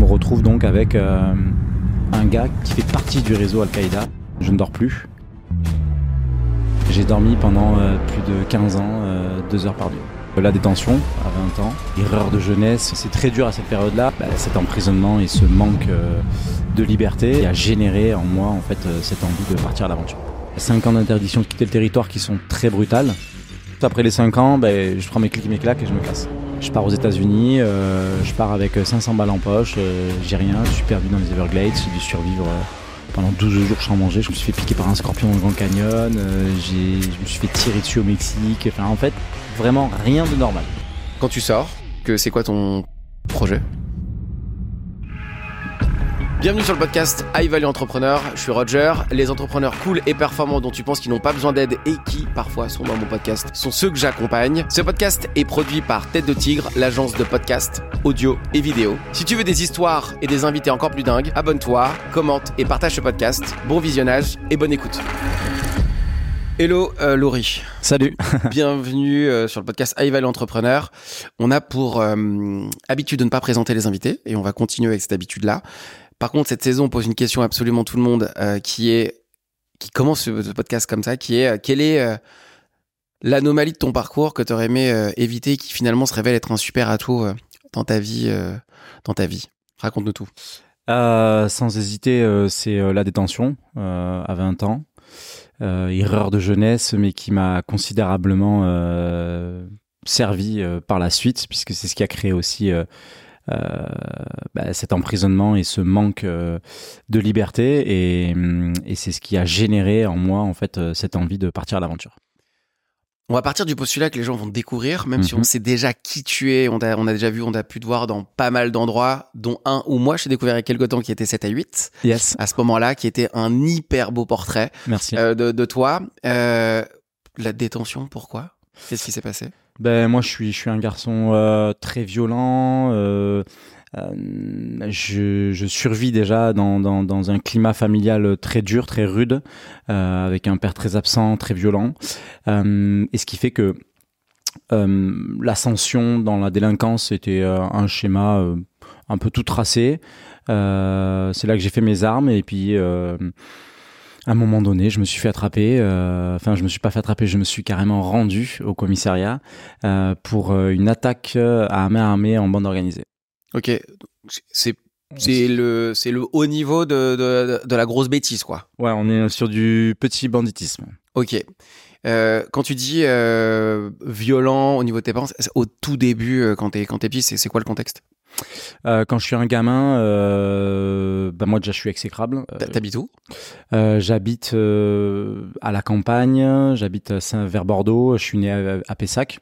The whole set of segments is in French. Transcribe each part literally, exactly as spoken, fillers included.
me retrouve donc avec euh, un gars qui fait partie du réseau Al-Qaïda. Je ne dors plus. J'ai dormi pendant euh, plus de quinze ans, euh, deux heures par nuit. La détention à vingt ans, erreur de jeunesse, c'est très dur à cette période-là. Bah, cet emprisonnement et ce manque euh, de liberté a généré en moi en fait euh, cette envie de partir à l'aventure. cinq ans d'interdiction de quitter le territoire qui sont très brutales. Après les cinq ans, bah, je prends mes clics et mes claques et je me casse. Je pars aux États-Unis, euh, je pars avec cinq cents balles en poche, euh, j'ai rien, je suis perdu dans les Everglades, j'ai dû survivre euh, pendant douze jours sans manger. Je me suis fait piquer par un scorpion dans le Grand Canyon, euh, j'ai, je me suis fait tirer dessus au Mexique, enfin en fait, vraiment rien de normal. Quand tu sors, que c'est quoi ton projet ? Bienvenue sur le podcast High Value Entrepreneur, je suis Roger. Les entrepreneurs cool et performants dont tu penses qu'ils n'ont pas besoin d'aide et qui parfois sont dans mon podcast sont ceux que j'accompagne. Ce podcast est produit par Tête de Tigre, l'agence de podcast, audio et vidéo. Si tu veux des histoires et des invités encore plus dingues, abonne-toi, commente et partage ce podcast. Bon visionnage et bonne écoute. Hello euh, Laurie. Salut. Bienvenue euh, sur le podcast High Value Entrepreneur. On a pour euh, habitude de ne pas présenter les invités et on va continuer avec cette habitude-là. Par contre, cette saison, on pose une question à absolument tout le monde euh, qui est qui commence ce, ce podcast comme ça, qui est euh, quelle est euh, l'anomalie de ton parcours que tu aurais aimé euh, éviter, qui finalement se révèle être un super atout euh, dans ta vie, euh, dans ta vie. Raconte-nous tout. Euh, sans hésiter, euh, c'est euh, la détention euh, à vingt ans. Euh, erreur de jeunesse, mais qui m'a considérablement euh, servi euh, par la suite, puisque c'est ce qui a créé aussi euh, euh, bah, cet emprisonnement et ce manque euh, de liberté, et, et c'est ce qui a généré en moi en fait euh, cette envie de partir à l'aventure. On va partir du postulat que les gens vont te découvrir, même Mm-hmm. si on sait déjà qui tu es. On a, on a déjà vu, on a pu te voir dans pas mal d'endroits, dont un où moi je t'ai découvert il y a quelques temps qui était sept à huit. Yes. À ce moment-là, qui était un hyper beau portrait Merci. euh, de, de toi. Euh, la détention, pourquoi ? Qu'est-ce qui s'est passé ? Ben moi je suis je suis un garçon euh, très violent. Euh, euh, je, je survis déjà dans, dans dans un climat familial très dur, très rude, euh, avec un père très absent, très violent, euh, et ce qui fait que euh, l'ascension dans la délinquance était euh, un schéma euh, un peu tout tracé. Euh, c'est là que j'ai fait mes armes, et puis euh, à un moment donné, je me suis fait attraper. Euh, enfin, je me suis pas fait attraper, je me suis carrément rendu au commissariat euh, pour euh, une attaque à main armée en bande organisée. Ok, c'est c'est le c'est le haut niveau de de de la grosse bêtise, quoi. Ouais, on est sur du petit banditisme. Ok. Euh, quand tu dis euh, violent au niveau de tes parents, au tout début, euh, quand t'es quand t'es petit, c'est c'est quoi le contexte ? Euh, quand je suis un gamin, euh, bah moi déjà je suis exécrable. Euh, T'habites où ? euh, J'habite euh, à la campagne, j'habite à Saint- vers Bordeaux, je suis né à, à Pessac.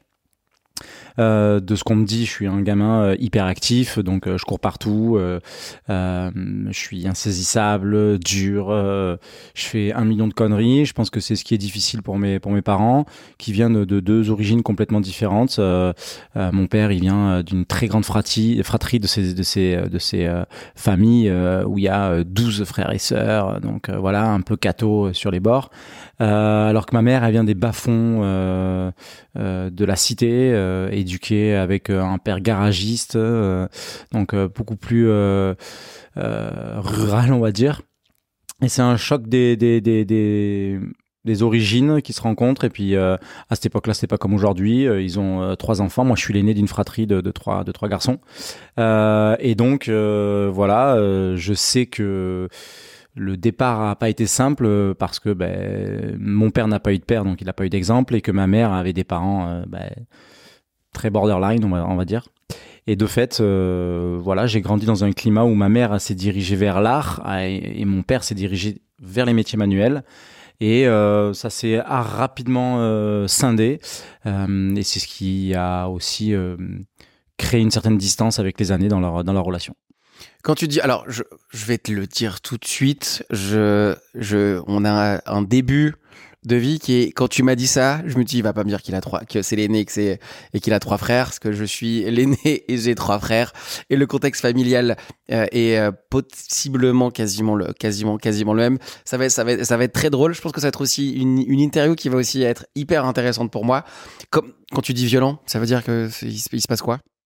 Euh, de ce qu'on me dit, je suis un gamin euh, hyper actif, donc euh, je cours partout, euh, euh, je suis insaisissable, dur, euh, je fais un million de conneries. Je pense que c'est ce qui est difficile pour mes pour mes parents, qui viennent de deux origines complètement différentes. Euh, euh, mon père, il vient d'une très grande fratrie, fratrie de ces de ces de ces euh, familles euh, où il y a douze frères et sœurs, donc euh, voilà, un peu catho sur les bords. Euh, alors que ma mère, elle vient des bas-fonds euh, euh, de la cité, euh, éduquée avec euh, un père garagiste, euh, donc euh, beaucoup plus euh, euh, rural, on va dire. Et c'est un choc des des des des, des origines qui se rencontrent. Et puis euh, à cette époque-là, c'était pas comme aujourd'hui. Euh, ils ont euh, trois enfants. Moi, je suis l'aîné d'une fratrie de, de trois de trois garçons. Euh, et donc euh, voilà, euh, je sais que le départ a pas été simple parce que ben, mon père n'a pas eu de père, donc il n'a pas eu d'exemple, et que ma mère avait des parents euh, ben, très borderline, on va, on va dire. Et de fait, euh, voilà, j'ai grandi dans un climat où ma mère s'est dirigée vers l'art et, et mon père s'est dirigé vers les métiers manuels. Et euh, ça s'est rapidement euh, scindé. Euh, et c'est ce qui a aussi euh, créé une certaine distance avec les années dans leur, dans leur relation. Quand tu dis, alors je, je vais te le dire tout de suite, je, je, on a un début de vie qui est, quand tu m'as dit ça, je me dis, il va pas me dire qu'il a trois, que c'est l'aîné, que c'est, et qu'il a trois frères, parce que je suis l'aîné et j'ai trois frères, et le contexte familial euh, est euh, possiblement quasiment le, quasiment, quasiment le même. Ça va être, ça va être, ça va être très drôle. Je pense que ça va être aussi une, une interview qui va aussi être hyper intéressante pour moi. Comme, quand tu dis violent, ça veut dire que il se, il se passe quoi ?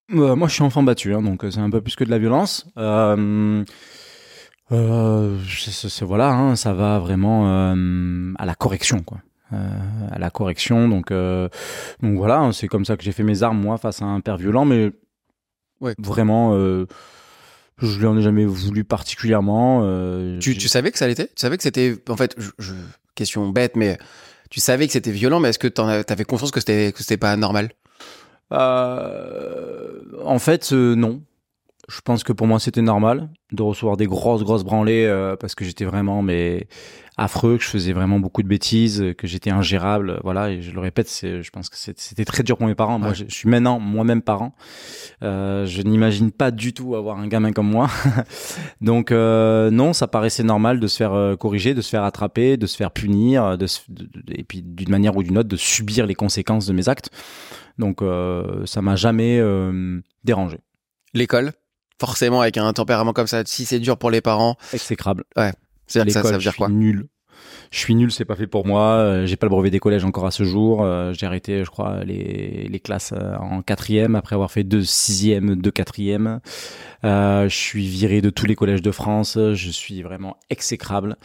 Euh, moi, je suis enfant battu, hein, donc euh, c'est un peu plus que de la violence. Euh, euh, c'est, c'est- voilà, hein, ça va vraiment euh, à la correction, quoi. Euh, à la correction, donc euh, donc voilà, hein, c'est comme ça que j'ai fait mes armes moi face à un père violent, mais Ouais. vraiment, euh, je lui en ai jamais voulu particulièrement. Euh, Tu, tu j'ai- savais que ça l'était? Tu savais que c'était, en fait, je, je- question bête, mais tu savais que c'était violent, mais est-ce que t'en as- t'avais conscience que c'était, que c'était pas normal? Euh, en fait, euh, non. Je pense que pour moi c'était normal de recevoir des grosses grosses branlées euh, parce que j'étais vraiment mais affreux, que je faisais vraiment beaucoup de bêtises, que j'étais ingérable, voilà. Et je le répète, c'est, je pense que c'est- c'était très dur pour mes parents. Moi, Ouais. je, je suis maintenant moi-même parent. Euh, je n'imagine pas du tout avoir un gamin comme moi. Donc euh, non, ça paraissait normal de se faire euh, corriger, de se faire attraper, de se faire punir, de se- de- de- et puis d'une manière ou d'une autre de subir les conséquences de mes actes. Donc euh, ça m'a jamais euh, dérangé. L'école, forcément, avec un tempérament comme ça, si c'est dur pour les parents, Exécrable. c'est-à-dire que ça, ça L'école, veut je dire suis quoi? nul. Je suis nul, c'est pas fait pour moi. Euh, J'ai pas le brevet des collèges encore à ce jour. Euh, J'ai arrêté, je crois, les, les classes euh, en quatrième après avoir fait deux sixième, deux quatrième. Euh, je suis viré de tous les collèges de France. Je suis vraiment exécrable.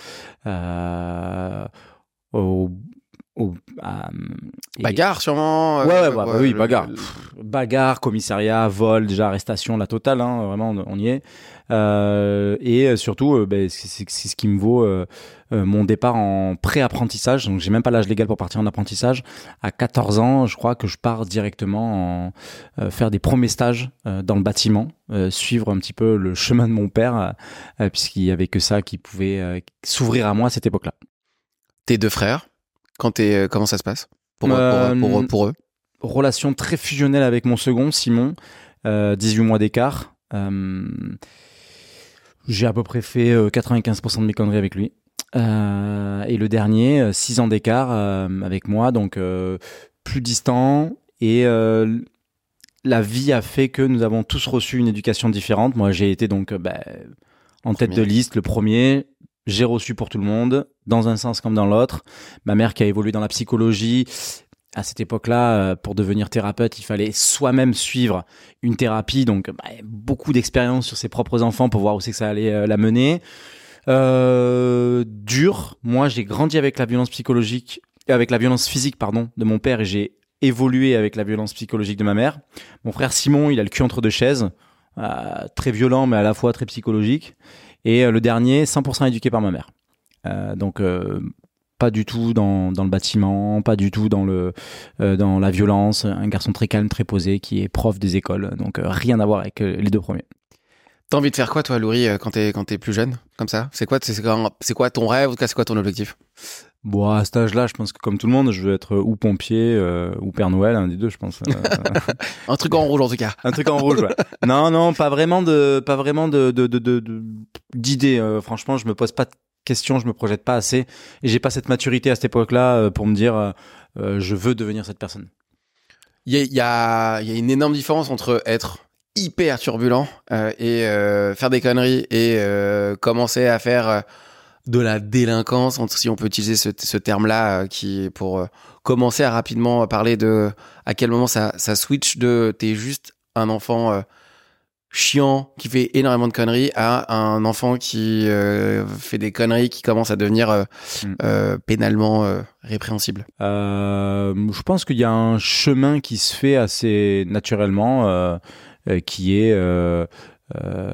Euh, au, au, à- et- Bagarre, sûrement. Ouais, ouais, euh, bah, bah ouais, oui, le- bagarre. le- Pff, bagarre, commissariat, vol, déjà arrestation, la totale, hein, vraiment, on y est. Euh, et surtout, euh, ben, c'est c'est- c'est ce qui me vaut euh, euh, mon départ en pré-apprentissage. Donc, j'ai même pas l'âge légal pour partir en apprentissage. À quatorze ans, je crois que je pars directement en euh, faire des premiers stages euh, dans le bâtiment, euh, suivre un petit peu le chemin de mon père, euh, euh, puisqu'il y avait que ça qui pouvait euh, s'ouvrir à moi à cette époque-là. Tes deux frères, quand t'es, euh, comment ça se passe pour, pour, Euh, pour, pour eux? Relation très fusionnelle avec mon second, Simon, euh, dix-huit mois d'écart. Euh, j'ai à peu près fait euh, quatre-vingt-quinze pour cent de mes conneries avec lui. Euh, et le dernier, euh, six ans d'écart euh, avec moi, donc euh, plus distant. Et euh, la vie a fait que nous avons tous reçu une éducation différente. Moi, j'ai été donc euh, bah, en tête de Premier. liste, le premier. J'ai reçu pour tout le monde, dans un sens comme dans l'autre. Ma mère qui a évolué dans la psychologie. À cette époque-là, euh, pour devenir thérapeute, il fallait soi-même suivre une thérapie, donc bah, beaucoup d'expérience sur ses propres enfants pour voir où c'est que ça allait euh, la mener. Euh, dur. Moi, j'ai grandi avec la violence psychologique, avec la violence physique, pardon, de mon père, et j'ai évolué avec la violence psychologique de ma mère. Mon frère Simon, il a le cul entre deux chaises, euh, très violent, mais à la fois très psychologique. Et euh, le dernier, cent pour cent éduqué par ma mère. Euh, donc euh, pas du tout dans, dans le bâtiment, pas du tout dans, le, euh, dans la violence. Un garçon très calme, très posé, qui est prof des écoles. Donc euh, rien à voir avec euh, les deux premiers. T'as envie de faire quoi, toi, Laurie, euh, quand t'es, quand t'es plus jeune, comme ça? C'est quoi, c'est quoi, c'est quoi ton rêve? En tout cas, c'est quoi ton objectif? Bon, à cet âge-là, je pense que comme tout le monde, je veux être ou pompier euh, ou Père Noël, un des deux, je pense. Euh, Un truc en rouge, en tout cas. un truc en rouge, ouais. Non, non, pas vraiment de, pas vraiment de, de, de, de- de- d'idées. Euh, franchement, je me pose pas de questions, je me projette pas assez, et j'ai pas cette maturité à cette époque-là euh, pour me dire, euh, euh, je veux devenir cette personne. Il y a, il y a, il y a une énorme différence entre être hyper turbulent euh, et euh, faire des conneries et euh, commencer à faire euh, de la délinquance, entre- si on peut utiliser ce, ce terme-là, euh, qui pour euh, commencer à rapidement parler de à quel moment ça, ça switch de t'es juste un enfant euh, chiant qui fait énormément de conneries à un enfant qui euh, fait des conneries qui commence à devenir euh, Mm. euh, pénalement euh, répréhensible. Euh, je pense qu'il y a un chemin qui se fait assez naturellement, euh, euh, qui est euh, euh,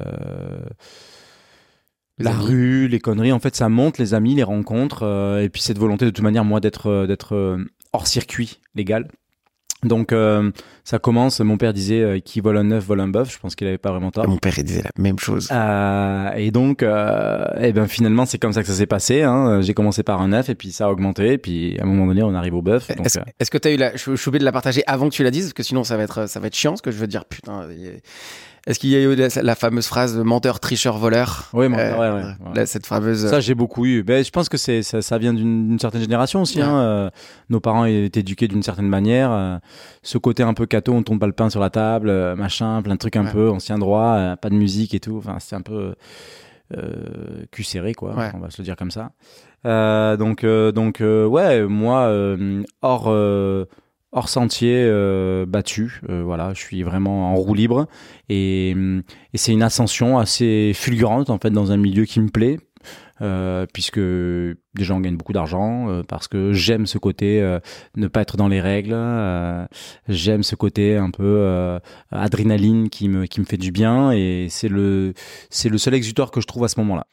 Les la amis. rue, les conneries. En fait, ça monte, les amis, les rencontres, euh, et puis cette volonté de toute manière, moi, d'être euh, d'être euh, hors circuit légal. Donc, euh, ça commence. Mon père disait euh, qui vole un œuf vole un bœuf. Je pense qu'il avait pas vraiment tort. Mon père il disait la même chose. Euh, et donc, euh, et ben finalement, c'est comme ça que ça s'est passé. Hein. J'ai commencé par un œuf et puis ça a augmenté. Et puis à un moment donné, on arrive au bœuf. Donc, Est-ce euh, est-ce que tu as eu la. Je je suis obligé de la partager avant que tu la dises, parce que sinon ça va être, ça va être chiant, ce que je veux dire. Putain. il y a- Est-ce qu'il y a eu la, la fameuse phrase de menteur, tricheur, voleur? Oui, menteur, ouais, ouais, ouais. Là, cette fameuse. ça, j'ai beaucoup eu. Ben, je pense que c'est ça, ça vient d'une d'une certaine génération aussi. Ouais. Hein. Euh, nos parents étaient éduqués d'une certaine manière. Euh, ce côté un peu cato, on tombe pas le pain sur la table, euh, machin, plein de trucs un Ouais. peu, on se tient droit, euh, pas de musique et tout. Enfin, c'est un peu euh, cul serré, quoi. Ouais. On va se le dire comme ça. Euh, donc, euh, donc, euh, ouais, moi, euh, hors euh, hors sentier euh, battu. Euh, voilà, je suis vraiment en roue libre et, et c'est une ascension assez fulgurante en fait dans un milieu qui me plaît. Euh, puisque déjà on gagne beaucoup d'argent euh, parce que j'aime ce côté euh, ne pas être dans les règles, euh, j'aime ce côté un peu euh, adrénaline qui me qui me fait du bien et c'est le c'est le seul exutoire que je trouve à ce moment-là.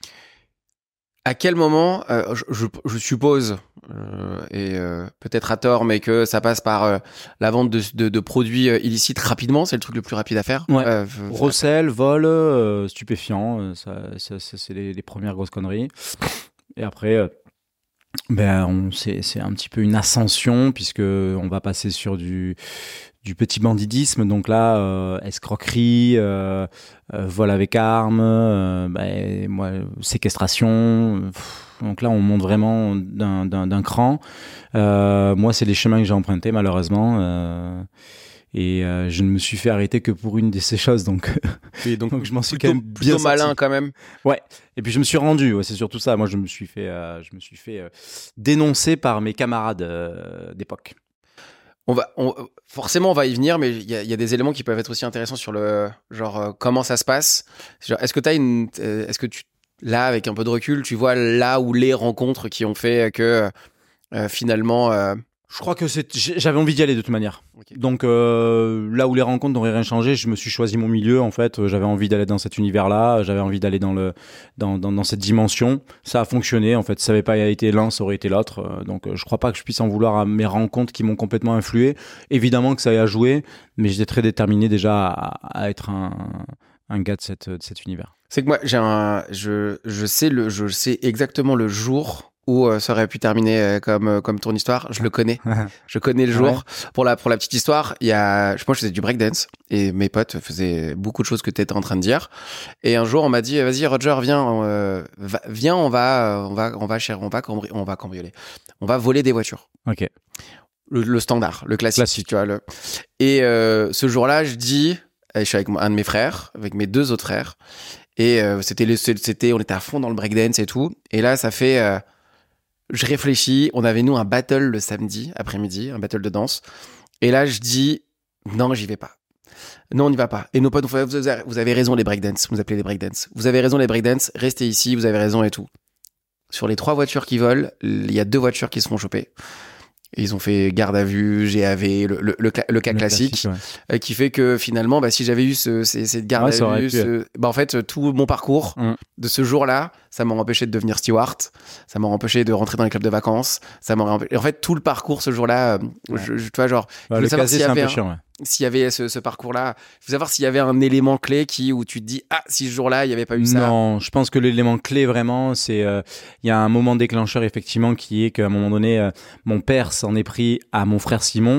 À quel moment, euh, je, je, je suppose, euh, et euh, peut-être à tort, mais que ça passe par euh, la vente de, de, de produits euh, illicites rapidement, c'est le truc le plus rapide à faire. Ouais. Euh, Recel, vol, euh, stupéfiant, euh, ça, ça, ça c'est les, les premières grosses conneries. Et après, euh, ben, on, c'est, c'est un petit peu une ascension puisque on va passer sur du du petit bandidisme, donc là, euh, escroquerie, euh, euh, vol avec arme, euh, ben, moi, séquestration. Pff, donc là, on monte vraiment d'un, d'un, d'un cran. Euh, moi, c'est les chemins que j'ai empruntés, malheureusement. Euh, et euh, je ne me suis fait arrêter que pour une de ces choses, donc, et donc, donc je m'en suis plutôt, quand même bien plutôt malin sorti. quand même. Ouais. Et puis je me suis rendu. Ouais, c'est surtout ça. Moi, je me suis fait, euh, je me suis fait euh, dénoncer par mes camarades euh, d'époque. On va, on, forcément, on va y venir, mais il y, y a des éléments qui peuvent être aussi intéressants sur le genre euh, comment ça se passe. Genre, est-ce que t'as une, euh, est-ce que tu, là, avec un peu de recul, tu vois là où les rencontres qui ont fait que euh, finalement. Euh... Je crois que c'est, j'avais envie d'y aller de toute manière. Okay. Donc euh, là où les rencontres n'auraient rien changé, je me suis choisi mon milieu. En fait, j'avais envie d'aller dans cet univers-là, j'avais envie d'aller dans le, dans, dans, dans cette dimension. Ça a fonctionné. En fait, ça n'avait pas été l'un, ça aurait été l'autre. Donc, je crois pas que je puisse en vouloir à mes rencontres qui m'ont complètement influé. Évidemment que ça y a joué, mais j'étais très déterminé déjà à, à être un, un gars de, cette, de cet univers. C'est que moi, j'ai un, je, je sais le, je sais exactement le jour où euh, ça aurait pu terminer euh, comme euh, comme ton histoire. Je le connais, je connais le jour. Ouais. Pour la pour la petite histoire, il y a, je moi je faisais du breakdance et mes potes faisaient beaucoup de choses que tu étais en train de dire. Et un jour, on m'a dit, vas-y Roger, viens, euh, va, viens, on va, on va, on va, on va, cambri- on va cambrioler, on va voler des voitures. Ok. Le, le standard, le classique, classique. Tu vois. Le... Et euh, ce jour-là, je dis, je suis avec un de mes frères, avec mes deux autres frères, et euh, c'était, les, c'était, on était à fond dans le breakdance et tout. Et là, ça fait euh, je réfléchis, on avait nous un battle le samedi après-midi, un battle de danse. Et là, je dis, non, j'y vais pas. Non, on n'y va pas. Et nos potes, vous avez, vous avez raison les breakdance, vous appelez les breakdance. Vous avez raison les breakdance, restez ici, vous avez raison et tout. Sur les trois voitures qui volent, il y a deux voitures qui se font choper. Ils ont fait garde à vue, G A V, le, le, le, le cas le classique, classique ouais. euh, qui fait que finalement, bah, si j'avais eu ce, ces, cette garde ouais, à vue, ce, bah, en fait, tout mon parcours mmh. de ce jour-là, ça m'a empêché de devenir steward, ça m'a empêché de rentrer dans les clubs de vacances, ça m'a empêché... En fait, tout le parcours ce jour-là, ouais. je, je, tu vois, genre, bah, le casier, c'est un peu chiant, ouais. S'il y avait ce, ce parcours-là, il faut savoir s'il y avait un élément clé qui, où tu te dis, ah, si ce jour-là, il n'y avait pas eu ça. Non, je pense que l'élément clé vraiment, c'est, il euh, y a un moment déclencheur effectivement qui est qu'à un moment donné, euh, mon père s'en est pris à mon frère Simon,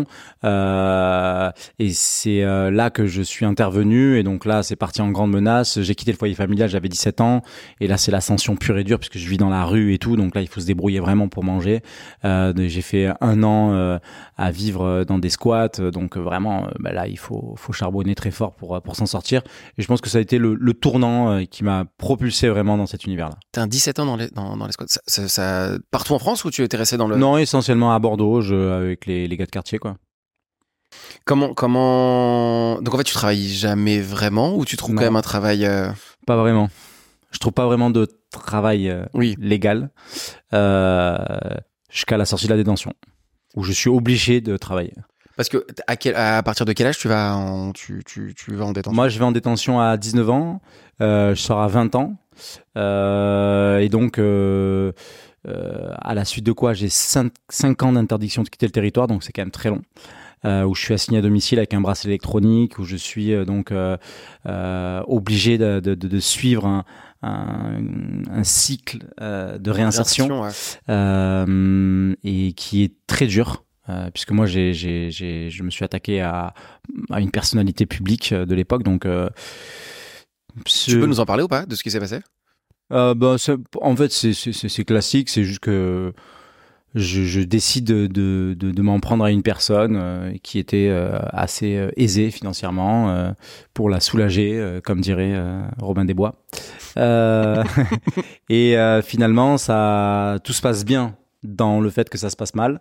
euh, et c'est euh, là que je suis intervenu, et donc là, c'est parti en grande menace. J'ai quitté le foyer familial, j'avais dix-sept ans, et là, c'est l'ascension pure et dure puisque je vis dans la rue et tout, donc là, il faut se débrouiller vraiment pour manger. Euh, j'ai fait un an euh, à vivre dans des squats, donc vraiment. Bah là, il faut, faut charbonner très fort pour, pour s'en sortir. Et je pense que ça a été le, le tournant euh, qui m'a propulsé vraiment dans cet univers-là. T'as dix-sept ans dans les, dans, dans les squats. Ça, ça, ça, partout en France ou tu étais resté dans le... Non, essentiellement à Bordeaux, je, avec les, les gars de quartier, quoi. Comment, comment... Donc en fait, tu travailles jamais vraiment ou tu trouves non. quand même un travail... Euh... Pas vraiment. Je trouve pas vraiment de travail euh, oui. légal euh, jusqu'à la sortie de la détention, où je suis obligé de travailler. Parce que à, quel, à partir de quel âge tu vas en, tu, tu, tu vas en détention ? Moi, je vais en détention à dix-neuf ans. Euh, je sors à vingt ans. Euh, et donc, euh, euh, à la suite de quoi, j'ai cinq ans d'interdiction de quitter le territoire. Donc, c'est quand même très long. Euh, où je suis assigné à domicile avec un bracelet électronique, où je suis euh, donc euh, euh, obligé de, de, de suivre un, un, un cycle euh, de réinsertion ouais. euh, et qui est très dur. Euh, puisque moi j'ai, j'ai, j'ai, je me suis attaqué à, à une personnalité publique de l'époque, donc euh, tu peux nous en parler ou pas de ce qui s'est passé ? euh, ben, en fait c'est, c'est, c'est classique, c'est juste que je, je décide de, de, de, de m'en prendre à une personne euh, qui était euh, assez euh, aisée financièrement euh, pour la soulager, euh, comme dirait euh, Robin des Bois. Euh, et euh, finalement ça, tout se passe bien dans le fait que ça se passe mal.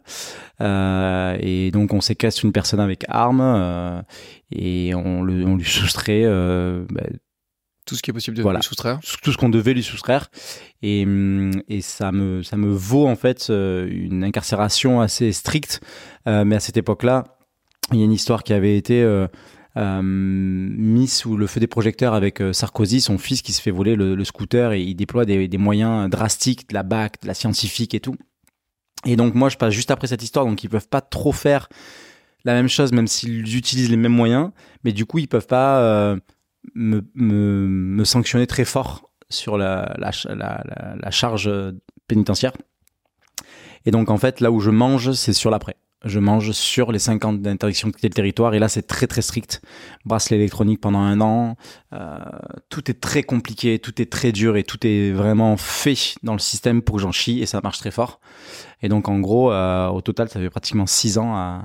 Euh, et donc, on séquestre une personne avec arme euh, et on, le, on lui soustrait euh, bah, tout ce qui est possible de voilà, lui soustraire. Tout ce qu'on devait lui soustraire. Et, et ça, me, ça me vaut en fait une incarcération assez stricte. Euh, mais à cette époque-là, il y a une histoire qui avait été... Euh, Euh, mis sous le feu des projecteurs avec euh, Sarkozy, son fils qui se fait voler le, le scooter et il déploie des, des moyens drastiques, de la B A C, de la scientifique et tout. Et donc moi je passe juste après cette histoire, donc ils peuvent pas trop faire la même chose même s'ils utilisent les mêmes moyens, mais du coup ils peuvent pas euh, me, me, me sanctionner très fort sur la, la, la, la, la charge pénitentiaire. Et donc en fait là où je mange c'est sur l'après. Je mange sur les cinq ans d'interdiction de quitter le territoire et là c'est très très strict. Bracelet électronique pendant un an, euh, tout est très compliqué, tout est très dur et tout est vraiment fait dans le système pour que j'en chie et ça marche très fort. Et donc en gros, euh, au total ça fait pratiquement six ans à,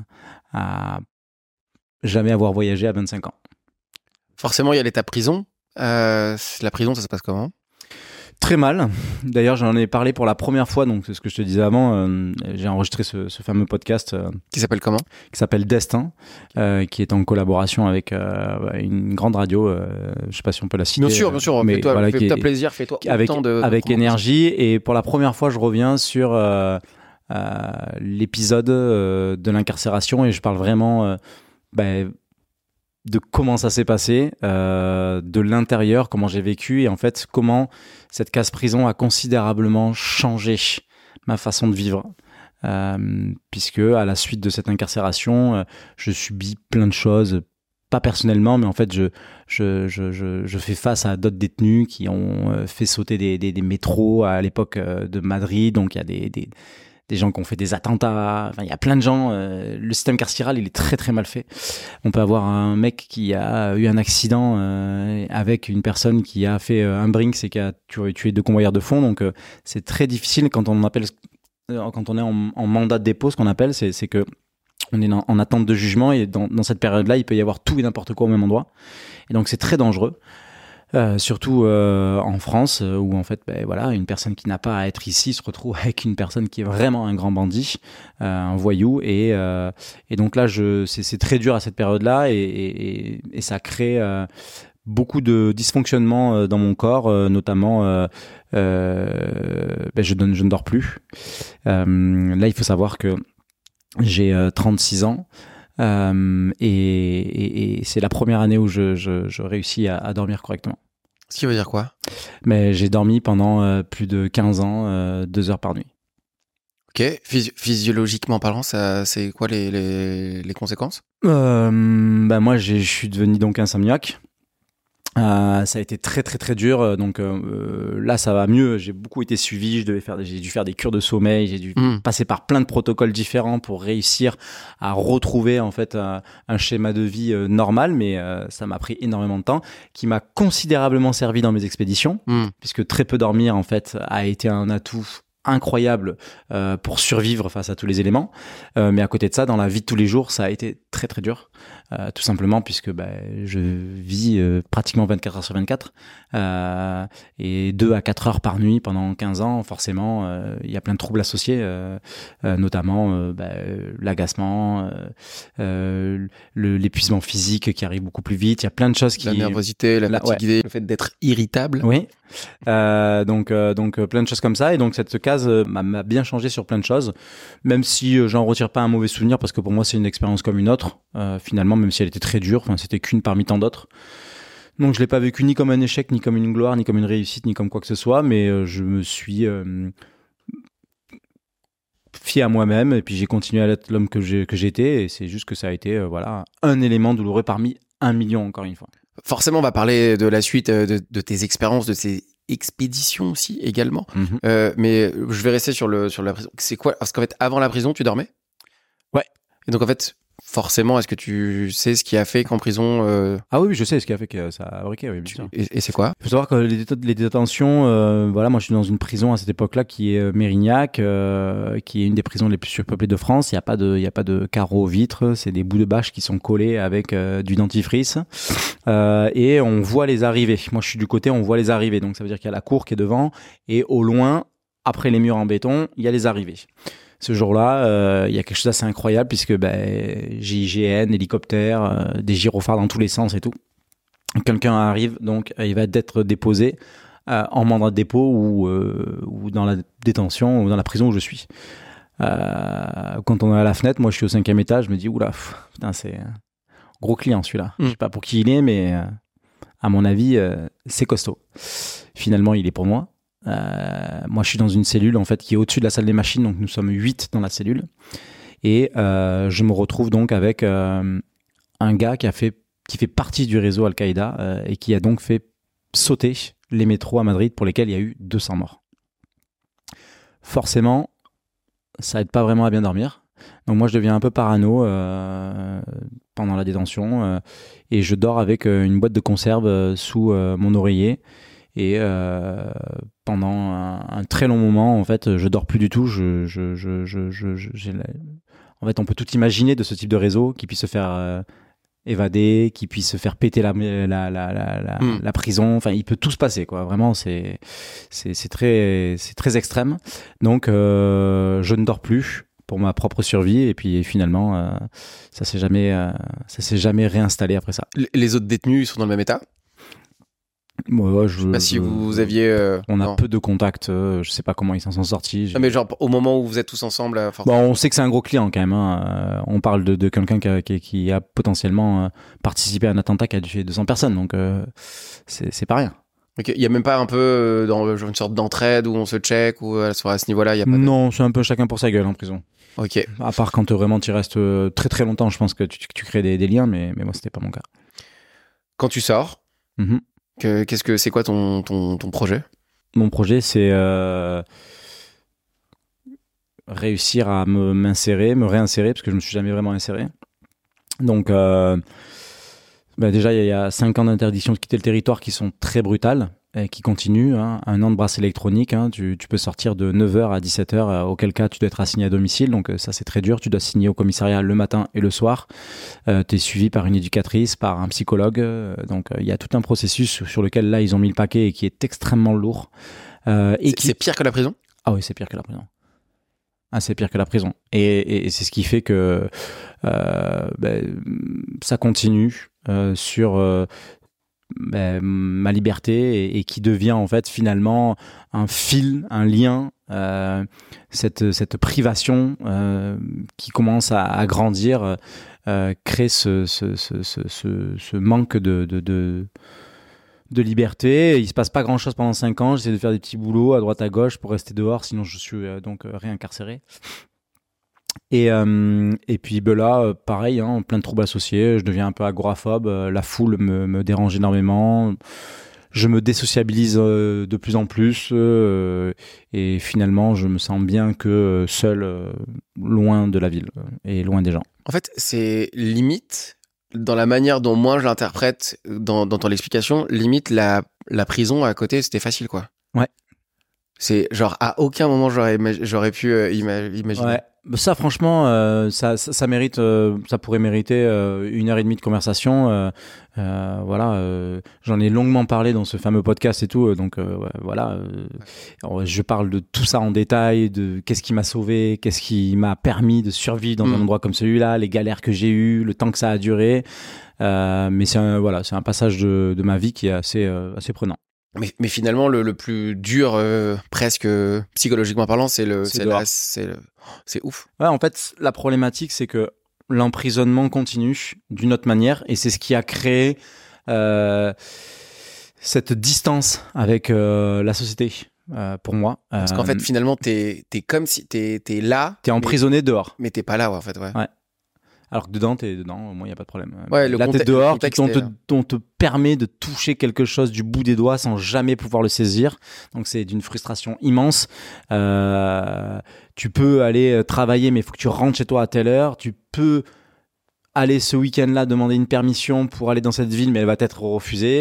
à jamais avoir voyagé à vingt-cinq ans. Forcément il y a l'état prison. Euh, la prison ça se passe comment ? Très mal. D'ailleurs, j'en ai parlé pour la première fois, donc c'est ce que je te disais avant. Euh, j'ai enregistré ce, ce fameux podcast euh, qui s'appelle comment ? Qui s'appelle Destin, euh, qui est en collaboration avec euh, une grande radio. Euh, je sais pas si on peut la citer. Bien sûr, bien sûr. Mais fais-toi, voilà, fais-toi plaisir, fais-toi avec, autant de avec de énergie. Et pour la première fois, je reviens sur euh, euh, l'épisode euh, de l'incarcération et je parle vraiment. Euh, ben, de comment ça s'est passé, euh, de l'intérieur, comment j'ai vécu et en fait comment cette case prison a considérablement changé ma façon de vivre. Euh, puisque à la suite de cette incarcération, euh, je subis plein de choses, pas personnellement, mais en fait je je je je, je fais face à d'autres détenus qui ont euh, fait sauter des, des des métros à l'époque euh, de Madrid, donc il y a des des des gens qui ont fait des attentats, enfin il y a plein de gens, euh, le système carcéral il est très très mal fait. On peut avoir un mec qui a eu un accident euh, avec une personne qui a fait euh, un Brinks et qui a tué, tué deux convoyeurs de fond, donc euh, c'est très difficile quand on appelle, quand on est en, en mandat de dépôt, ce qu'on appelle, c'est, c'est que on est en, en attente de jugement et dans, dans cette période-là il peut y avoir tout et n'importe quoi au même endroit, et donc c'est très dangereux. Euh, surtout euh, en France euh, où en fait ben, voilà, une personne qui n'a pas à être ici se retrouve avec une personne qui est vraiment un grand bandit, euh, un voyou et, euh, et donc là je, c'est, c'est très dur à cette période-là et, et, et ça crée euh, beaucoup de dysfonctionnements euh, dans mon corps, euh, notamment euh, euh, ben, je, donne, je ne dors plus. Euh, là il faut savoir que j'ai euh, trente-six ans. Euh, et, et, et c'est la première année où je, je, je réussis à, à dormir correctement. Ce qui veut dire quoi ? Mais j'ai dormi pendant euh, plus de quinze ans, euh, deux heures par nuit. Ok, Physio- physiologiquement parlant, ça, c'est quoi les, les, les conséquences ? euh, bah Moi, j'ai, je suis devenu donc insomniaque. Euh, ça a été très très très dur, donc euh, là ça va mieux. J'ai beaucoup été suivi, je devais faire, j'ai dû faire des cures de sommeil, j'ai dû mmh. passer par plein de protocoles différents pour réussir à retrouver en fait un, un schéma de vie euh, normal, mais euh, ça m'a pris énormément de temps, qui m'a considérablement servi dans mes expéditions, mmh. puisque très peu dormir en fait a été un atout incroyable euh, pour survivre face à tous les éléments, euh, mais à côté de ça, dans la vie de tous les jours, ça a été très très dur. Euh, tout simplement puisque bah, je vis euh, pratiquement vingt-quatre heures sur vingt-quatre euh, et deux à quatre heures par nuit pendant quinze ans. Forcément, euh, il y a plein de troubles associés, euh, euh, notamment euh, bah, l'agacement, euh, euh, le, l'épuisement physique qui arrive beaucoup plus vite. Il y a plein de choses qui... La nervosité, la, la fatigue, ouais. Le fait d'être irritable. Oui, euh, donc, euh, donc euh, plein de choses comme ça. Et donc cette case euh, m'a, m'a bien changé sur plein de choses, même si euh, j'en retire pas un mauvais souvenir parce que pour moi c'est une expérience comme une autre, euh, finalement, même si elle était très dure, enfin, c'était qu'une parmi tant d'autres. Donc je l'ai pas vécu ni comme un échec, ni comme une gloire, ni comme une réussite, ni comme quoi que ce soit, mais euh, je me suis euh, fié à moi-même et puis j'ai continué à être l'homme que, j'ai, que j'étais et c'est juste que ça a été euh, voilà, un élément douloureux parmi un million, encore une fois. Forcément, on va parler de la suite de, de tes expériences, de ces expéditions aussi également, mmh. euh, mais je vais rester sur, le, sur la prison. C'est quoi ? Parce qu'en fait, avant la prison, tu dormais ? Ouais. Et donc en fait... Forcément, est-ce que tu sais ce qui a fait qu'en prison... Euh... Ah oui, je sais ce qui a fait que ça a briqué, oui, bien sûr. Et, et c'est quoi ? Il faut savoir que les, dét- les détentions, euh, voilà, moi je suis dans une prison à cette époque-là qui est Mérignac, euh, qui est une des prisons les plus surpeuplées de France. Il n'y a pas de, il y a pas de carreaux vitres, c'est des bouts de bâche qui sont collés avec euh, du dentifrice. Euh, et on voit les arrivées. Moi je suis du côté, on voit les arrivées. Donc ça veut dire qu'il y a la cour qui est devant et au loin, après les murs en béton, il y a les arrivées. Ce jour-là, euh, il y a quelque chose d'assez incroyable puisque ben, G I G N, hélicoptère, euh, des gyrophares dans tous les sens et tout. Quelqu'un arrive, donc il va être déposé euh, en mandat de dépôt ou, euh, ou dans la détention ou dans la prison où je suis. Euh, quand on est à la fenêtre, moi je suis au cinquième étage, je me dis oula, pff, putain, c'est un gros client celui-là. Mm. Je sais pas pour qui il est, mais euh, à mon avis, euh, c'est costaud. Finalement, il est pour moi. Euh, moi, je suis dans une cellule en fait qui est au-dessus de la salle des machines, donc nous sommes huit dans la cellule, et euh, je me retrouve donc avec euh, un gars qui a fait, qui fait partie du réseau Al-Qaïda euh, et qui a donc fait sauter les métros à Madrid pour lesquels il y a eu deux cents morts. Forcément, ça aide pas vraiment à bien dormir. Donc moi, je deviens un peu parano euh, pendant la détention euh, et je dors avec euh, une boîte de conserve euh, sous euh, mon oreiller. Et euh, pendant un, un très long moment, en fait, je dors plus du tout. Je, je, je, je, je, je j'ai la... En fait, on peut tout imaginer de ce type de réseau qui puisse se faire euh, évader, qui puisse se faire péter la, la, la, la, la, mm. la prison. Enfin, il peut tout se passer, quoi. Vraiment, c'est, c'est, c'est, très, c'est très extrême. Donc, euh, je ne dors plus pour ma propre survie. Et puis, finalement, euh, ça s'est jamais, euh, ça s'est jamais réinstallé après ça. Les autres détenus, ils sont dans le même état ? Ouais, je, je sais pas si je, vous aviez. Euh, on a non. peu de contacts. Euh, je sais pas comment ils s'en sont sortis. Ah, mais genre au moment où vous êtes tous ensemble. Euh, bon, on sait que c'est un gros client quand même. Hein. Euh, on parle de, de quelqu'un qui a, qui, qui a potentiellement euh, participé à un attentat qui a tué deux cents personnes. Donc euh, c'est, c'est pas rien. Il okay. y a même pas un peu euh, dans genre une sorte d'entraide où on se check ou euh, à ce niveau-là, il y a pas. Non, de... c'est un peu chacun pour sa gueule en prison. Ok. À part quand vraiment tu restes euh, très très longtemps, je pense que tu, tu crées des, des liens, mais mais moi c'était pas mon cas. Quand tu sors. Mm-hmm. Que, qu'est-ce que c'est quoi ton, ton, ton projet ? Mon projet, c'est euh, réussir à me, m'insérer, me réinsérer, parce que je me suis jamais vraiment inséré. Donc, euh, bah déjà, il y, y a cinq ans d'interdiction de quitter le territoire qui sont très brutales et qui continuent. Hein. Un an de bracelet électronique, hein. tu, tu peux sortir de neuf heures à dix-sept heures, euh, auquel cas tu dois être assigné à domicile. Donc, euh, ça, c'est très dur. Tu dois signer au commissariat le matin et le soir. Euh, tu es suivi par une éducatrice, par un psychologue. Euh, donc, il euh, y a tout un processus sur lequel, là, ils ont mis le paquet et qui est extrêmement lourd. Euh, et c'est, qui... c'est pire que la prison ? Ah oui, c'est pire que la prison. Ah, c'est pire que la prison. Et, et, et c'est ce qui fait que euh, ben, ça continue euh, sur euh, ben, ma liberté et, et qui devient en fait finalement un fil, un lien, euh, cette, cette privation euh, qui commence à, à grandir, euh, crée ce, ce, ce, ce, ce, ce manque de... de, de de liberté. Il se passe pas grand chose pendant cinq ans. J'essaie de faire des petits boulots à droite à gauche pour rester dehors, sinon je suis euh, donc euh, réincarcéré. Et, euh, et puis ben là, euh, pareil, hein, plein de troubles associés. Je deviens un peu agoraphobe. Euh, la foule me, me dérange énormément. Je me désociabilise euh, de plus en plus. Euh, et finalement, je me sens bien que seul, euh, loin de la ville euh, et loin des gens. En fait, c'est limite... Dans la manière dont moi je l'interprète dans, dans ton explication, limite la, la prison à côté c'était facile quoi. Ouais. C'est genre à aucun moment j'aurais, j'aurais pu euh, ima- imaginer. Ouais. Ça franchement, euh, ça, ça, ça mérite, euh, ça pourrait mériter euh, une heure et demie de conversation. Euh, euh, voilà, euh, j'en ai longuement parlé dans ce fameux podcast et tout. Euh, donc euh, ouais, voilà, euh, alors, je parle de tout ça en détail, de qu'est-ce qui m'a sauvé, qu'est-ce qui m'a permis de survivre dans mmh. un endroit comme celui-là, les galères que j'ai eues, le temps que ça a duré. Euh, mais c'est un, voilà, c'est un passage de, de ma vie qui est assez, euh, assez prenant. Mais, mais finalement, le, le plus dur, euh, presque euh, psychologiquement parlant, c'est le, c'est, c'est, la, c'est, le, c'est ouf. Ouais, en fait, la problématique, c'est que l'emprisonnement continue d'une autre manière, et c'est ce qui a créé euh, cette distance avec euh, la société. Euh, pour moi. Parce qu'en fait, finalement, t'es, t'es comme si t'es, t'es là. T'es emprisonné mais, dehors. Mais t'es pas là, ouais, en fait, ouais. Ouais. Alors que dedans, t'es dedans, au moins, il n'y a pas de problème. Ouais, le là, conte- t'es dehors, le on te, on te permet de toucher quelque chose du bout des doigts sans jamais pouvoir le saisir. Donc, c'est d'une frustration immense. Euh, tu peux aller travailler, mais il faut que tu rentres chez toi à telle heure. Tu peux aller ce week-end-là demander une permission pour aller dans cette ville, mais elle va t'être refusée.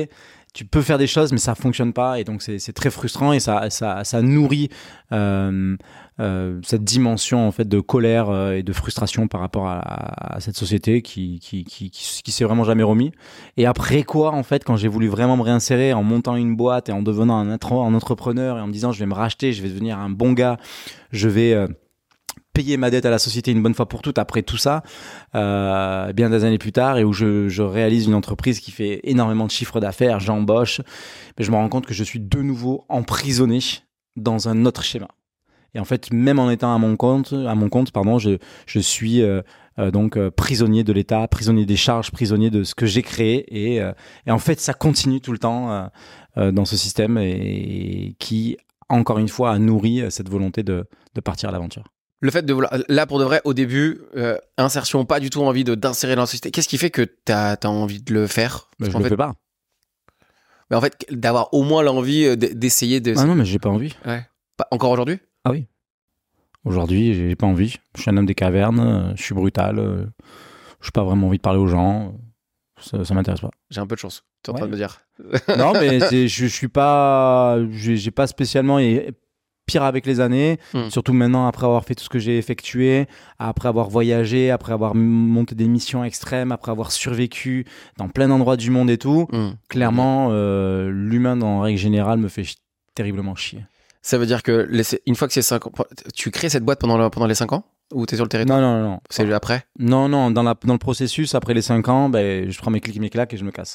tu peux faire des choses, mais ça fonctionne pas, et donc c'est, c'est très frustrant, et ça, ça, ça nourrit euh, euh, cette dimension en fait de colère euh, et de frustration par rapport à, à cette société qui, qui, qui, qui, qui s'est vraiment jamais remis. Et après quoi, en fait, quand j'ai voulu vraiment me réinsérer en montant une boîte et en devenant un, intro, un entrepreneur et en me disant je vais me racheter, je vais devenir un bon gars, je vais euh, payer ma dette à la société une bonne fois pour toutes après tout ça, euh, bien des années plus tard, et où je, je réalise une entreprise qui fait énormément de chiffres d'affaires, j'embauche, mais je me rends compte que je suis de nouveau emprisonné dans un autre schéma. Et en fait, même en étant à mon compte, à mon compte, pardon, je, je suis euh, euh, donc euh, prisonnier de l'État, prisonnier des charges, prisonnier de ce que j'ai créé, et, euh, et en fait, ça continue tout le temps euh, euh, dans ce système, et, et qui, encore une fois, a nourri cette volonté de, de partir à l'aventure. Le fait de vouloir, là pour de vrai, au début, euh, insertion, pas du tout envie de d'insérer dans la société. Qu'est-ce qui fait que t'as as envie de le faire? Bah, je le le fait, fais pas. Mais en fait, d'avoir au moins l'envie d'essayer de. Ah non, mais j'ai pas envie. Ouais. Pas encore aujourd'hui? Ah oui. Aujourd'hui, j'ai pas envie. Je suis un homme des cavernes, je suis brutal, je n'ai pas vraiment envie de parler aux gens. Ça, ça m'intéresse pas. J'ai un peu de chance, tu es en ouais. train de me dire. Non, mais c'est, je, je suis pas, j'ai, j'ai pas spécialement. Et pire avec les années, mm. surtout maintenant après avoir fait tout ce que j'ai effectué, après avoir voyagé, après avoir monté des missions extrêmes, après avoir survécu dans plein d'endroits du monde et tout. Mm. Clairement, mm. Euh, l'humain en règle générale me fait ch- terriblement chier. Ça veut dire que les, une fois que c'est cinq ans, tu crées cette boîte pendant, le, pendant les cinq ans ou tu es sur le territoire? Non, non, non. C'est après? Non, non, dans, la, dans le processus, après les cinq ans, ben, je prends mes clics et mes claques et je me casse.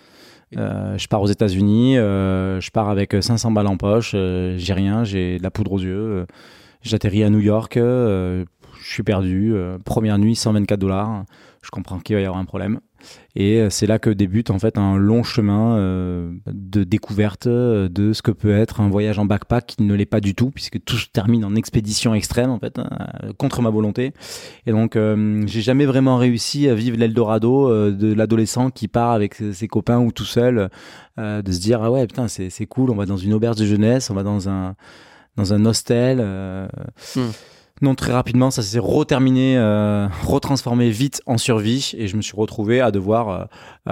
Euh, je pars aux États-Unis, euh, je pars avec cinq cents balles en poche, euh, j'ai rien, j'ai de la poudre aux yeux, euh, j'atterris à New York, euh, je suis perdu, euh, première nuit, cent vingt-quatre dollars, je comprends qu'il va y avoir un problème. Et c'est là que débute en fait un long chemin euh, de découverte de ce que peut être un voyage en backpack qui ne l'est pas du tout, puisque tout se termine en expédition extrême en fait, hein, contre ma volonté. Et donc euh, j'ai jamais vraiment réussi à vivre l'Eldorado euh, de l'adolescent qui part avec ses copains ou tout seul, euh, de se dire ah ouais putain c'est c'est cool, on va dans une auberge de jeunesse, on va dans un dans un hostel. Euh, mmh. Non, très rapidement, ça s'est reterminé, euh, retransformé vite en survie, et je me suis retrouvé à devoir euh,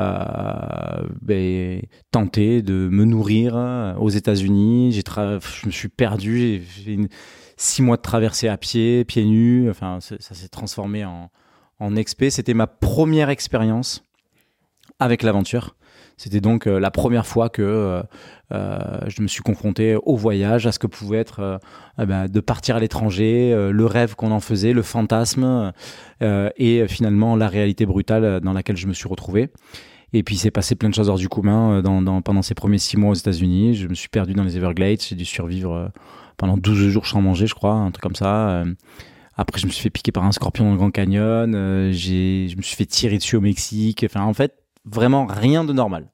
euh, ben, tenter de me nourrir euh, aux États-Unis. J'ai tra- je me suis perdu, j'ai fait une, six mois de traversée à pied, pieds nus. Enfin, ça s'est transformé en, en expé. C'était ma première expérience avec l'aventure. C'était donc euh, la première fois que euh, euh, je me suis confronté au voyage, à ce que pouvait être euh, eh ben, de partir à l'étranger, euh, le rêve qu'on en faisait, le fantasme, euh, et finalement la réalité brutale dans laquelle je me suis retrouvé. Et puis il s'est passé plein de choses hors du commun dans, dans, pendant ces premiers six mois aux États-Unis. Je me suis perdu dans les Everglades, j'ai dû survivre euh, pendant douze jours sans manger, je crois, un truc comme ça. Après, je me suis fait piquer par un scorpion dans le Grand Canyon, euh, j'ai, je me suis fait tirer dessus au Mexique. Enfin, en fait, vraiment rien de normal.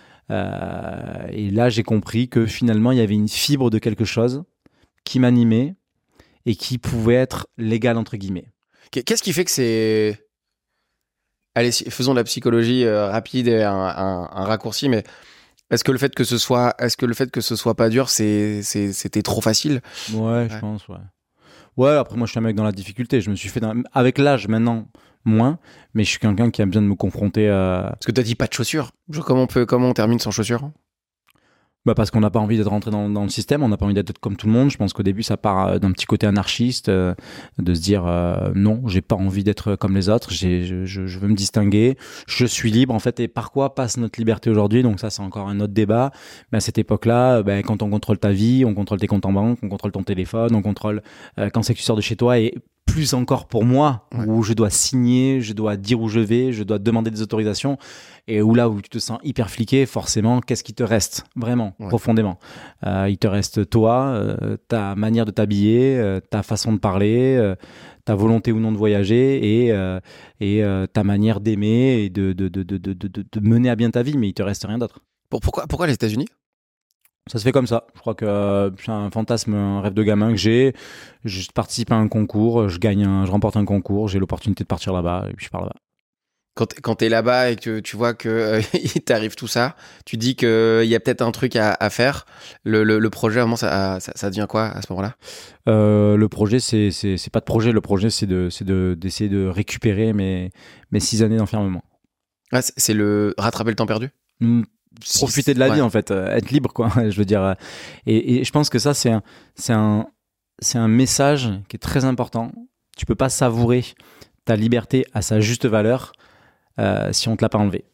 Euh, et là, j'ai compris que finalement, il y avait une fibre de quelque chose qui m'animait et qui pouvait être légal, entre guillemets. Qu'est-ce qui fait que c'est... Allez, faisons de la psychologie euh, rapide et un, un, un raccourci, mais est-ce que le fait que ce soit, est-ce que le fait que ce soit pas dur, c'est, c'est, c'était trop facile? Ouais, ouais, je pense, ouais. Ouais, après, moi, je suis un mec dans la difficulté. Je me suis fait... Dans... Avec l'âge, maintenant... moins, mais je suis quelqu'un qui aime bien de me confronter à... Parce que t'as dit pas de chaussures. Comment on peut, comment on termine sans chaussures? Bah parce qu'on n'a pas envie d'être rentré dans, dans le système, on n'a pas envie d'être comme tout le monde. Je pense qu'au début, ça part d'un petit côté anarchiste, euh, de se dire euh, non, j'ai pas envie d'être comme les autres, j'ai, je, je veux me distinguer, je suis libre en fait. Et par quoi passe notre liberté aujourd'hui? Donc ça, c'est encore un autre débat. Mais à cette époque-là, bah, quand on contrôle ta vie, on contrôle tes comptes en banque, on contrôle ton téléphone, on contrôle euh, quand c'est que tu sors de chez toi, et plus encore pour moi, ouais. Où je dois signer, je dois dire où je vais, je dois demander des autorisations, et où là où tu te sens hyper fliqué, forcément, qu'est-ce qui te reste vraiment, ouais. Profondément? euh, Il te reste toi, euh, ta manière de t'habiller, euh, ta façon de parler, euh, ta volonté ou non de voyager, et, euh, et euh, ta manière d'aimer et de, de, de, de, de, de, de mener à bien ta vie, mais il te reste rien d'autre. Pourquoi, pourquoi les États-Unis? Ça se fait comme ça. Je crois que euh, c'est un fantasme, un rêve de gamin que j'ai. Je participe à un concours, je gagne, un, je remporte un concours, j'ai l'opportunité de partir là-bas et puis je pars là-bas. Quand t'es, quand t'es là-bas et que tu vois que euh, il t'arrive tout ça, tu dis qu'il euh, y a peut-être un truc à, à faire. Le, le, le projet, à un moment, ça, ça, ça devient quoi à ce moment-là? euh, Le projet, c'est, c'est, c'est pas de projet. Le projet, c'est, de, c'est de, d'essayer de récupérer mes, mes six années d'enfermement. Ah, c'est, c'est le rattraper le temps perdu? mmh. profiter de la ouais. vie en fait, euh, être libre quoi. Je veux dire, euh, et, et je pense que ça c'est un, c'est un, c'est un message qui est très important. Tu peux pas savourer ta liberté à sa juste valeur euh, si on te l'a pas enlevé.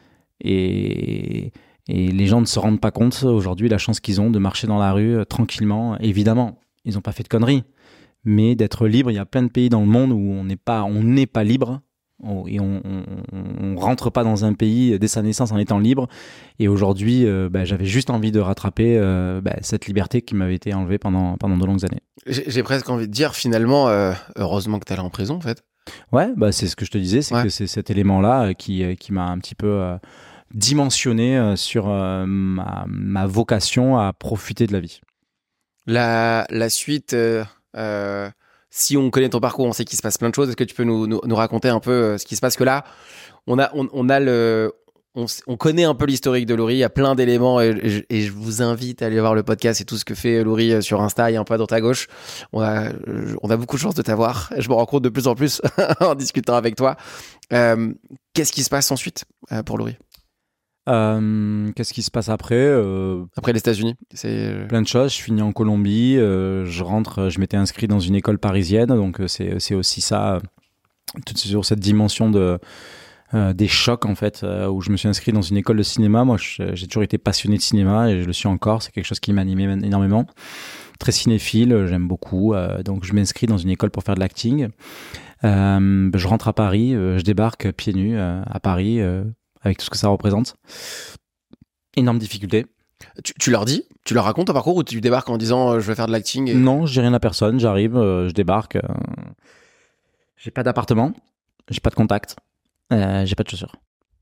Et, et les gens ne se rendent pas compte aujourd'hui la chance qu'ils ont de marcher dans la rue euh, tranquillement. Évidemment, ils n'ont pas fait de conneries, mais d'être libre, il y a plein de pays dans le monde où on n'est pas, on n'est pas libre. Et on, on, on rentre pas dans un pays dès sa naissance en étant libre. Et aujourd'hui, euh, bah, j'avais juste envie de rattraper euh, bah, cette liberté qui m'avait été enlevée pendant, pendant de longues années. J'ai, j'ai presque envie de dire, finalement, euh, heureusement que t'es allé en prison, en fait. Ouais, bah, c'est ce que je te disais, c'est Ouais. que c'est cet élément-là qui, qui m'a un petit peu euh, dimensionné euh, sur euh, ma, ma vocation à profiter de la vie. La, la suite, euh, euh, si on connaît ton parcours, on sait qu'il se passe plein de choses. Est-ce que tu peux nous, nous, nous raconter un peu euh, ce qui se passe? Que là, on a, on, on a le, on, on connaît un peu l'historique de Laurie. Il y a plein d'éléments et, et, je, et je vous invite à aller voir le podcast et tout ce que fait Laurie sur Insta et un peu à droite à gauche. On a, on a beaucoup de chance de t'avoir. Je me rends compte de plus en plus en discutant avec toi. Euh, qu'est-ce qui se passe ensuite euh, pour Laurie? Euh, qu'est-ce qui se passe après euh, Après les États-Unis, c'est plein de choses. Je finis en Colombie, euh, je rentre, je m'étais inscrit dans une école parisienne, donc euh, c'est, c'est aussi ça, euh, toute sur cette dimension de euh, des chocs en fait, euh, où je me suis inscrit dans une école de cinéma. Moi, je, j'ai toujours été passionné de cinéma et je le suis encore. C'est quelque chose qui m'animait énormément. Très cinéphile, j'aime beaucoup. Euh, donc, je m'inscris dans une école pour faire de l'acting. Euh, je rentre à Paris, euh, je débarque pieds nus euh, à Paris. Euh, avec tout ce que ça représente. Énorme difficulté. Tu, tu leur dis, tu leur racontes ton parcours ou tu débarques en disant euh, je vais faire de l'acting et... Non, je dis rien à personne, j'arrive, euh, je débarque. Euh, j'ai pas d'appartement, j'ai pas de contact, euh, j'ai pas de chaussures.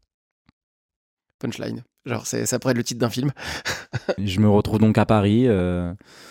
Punchline. Genre, c'est, ça pourrait être le titre d'un film. Je me retrouve donc à Paris, euh,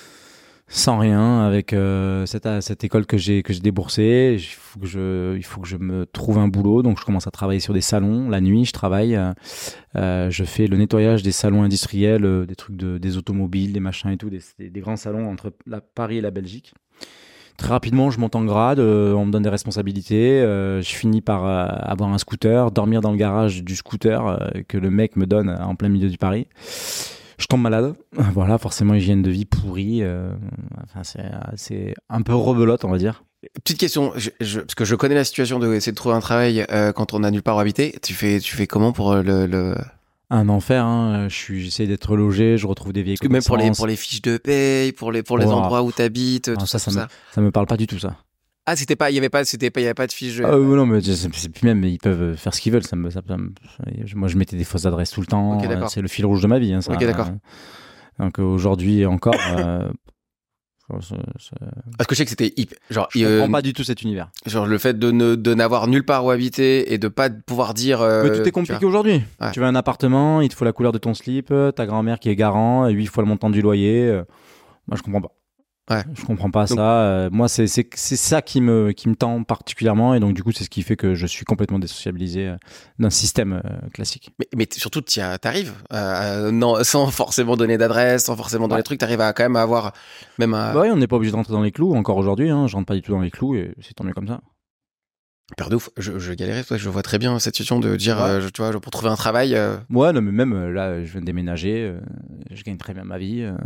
sans rien, avec euh, cette, cette école que j'ai, que j'ai déboursée. Il faut que je, il faut que je me trouve un boulot, donc je commence à travailler sur des salons. La nuit, je travaille, euh, je fais le nettoyage des salons industriels, euh, des trucs de, des automobiles, des machins et tout, des, des, des grands salons entre la Paris et la Belgique. Très rapidement, je monte en grade, euh, on me donne des responsabilités, euh, je finis par euh, avoir un scooter, dormir dans le garage du scooter euh, que le mec me donne en plein milieu du Paris. Je tombe malade, voilà, forcément hygiène de vie pourrie, euh, enfin c'est, c'est un peu rebelote on va dire. Petite question, je, je, parce que je connais la situation de essayer de trouver un travail euh, quand on n'a nulle part où habiter. Tu fais, tu fais comment pour le... le... Un enfer, hein. Je suis, j'essaie d'être logé, je retrouve des vieilles Parce que même pour les, pour les fiches de paye, pour les, pour les oh, endroits où t'habites, non, tout ça, ça, ça, tout me, ça. ça me parle pas du tout ça. Ah, c'était pas, il y avait pas, c'était pas, il y avait pas de fiche. Euh, non, mais c'est, c'est plus même, ils peuvent faire ce qu'ils veulent. Ça me, ça, ça me, moi, je mettais des fausses adresses tout le temps. Okay, c'est le fil rouge de ma vie. Hein, ça. Ok, d'accord. Donc aujourd'hui encore. Euh, c'est, c'est... Parce que je sais que c'était hyper. Genre, je euh, comprends pas du tout cet univers. Genre le fait de, ne, de n'avoir nulle part où habiter et de pas pouvoir dire. Euh, mais tout est compliqué aujourd'hui. Ouais. Tu veux un appartement, il te faut la couleur de ton slip, ta grand-mère qui est garant, huit fois le montant du loyer. Moi, je comprends pas. Ouais. Je comprends pas donc, ça. Euh, moi, c'est, c'est, c'est ça qui me, qui me tend particulièrement. Et donc, du coup, c'est ce qui fait que je suis complètement désociabilisé euh, d'un système euh, classique. Mais, mais surtout, tu arrives, euh, non, sans forcément donner d'adresse, sans forcément donner ouais. de trucs, tu arrives à quand même à avoir. Même à... bah oui, on n'est pas obligé de rentrer dans les clous. Encore aujourd'hui, hein, je rentre pas du tout dans les clous et c'est tant mieux comme ça. Père de ouf, je, je galérais, je vois très bien cette situation de dire, ouais. euh, je, tu vois, pour trouver un travail. Euh... Ouais, non, mais même là, je viens de déménager, euh, je gagne très bien ma vie. Euh...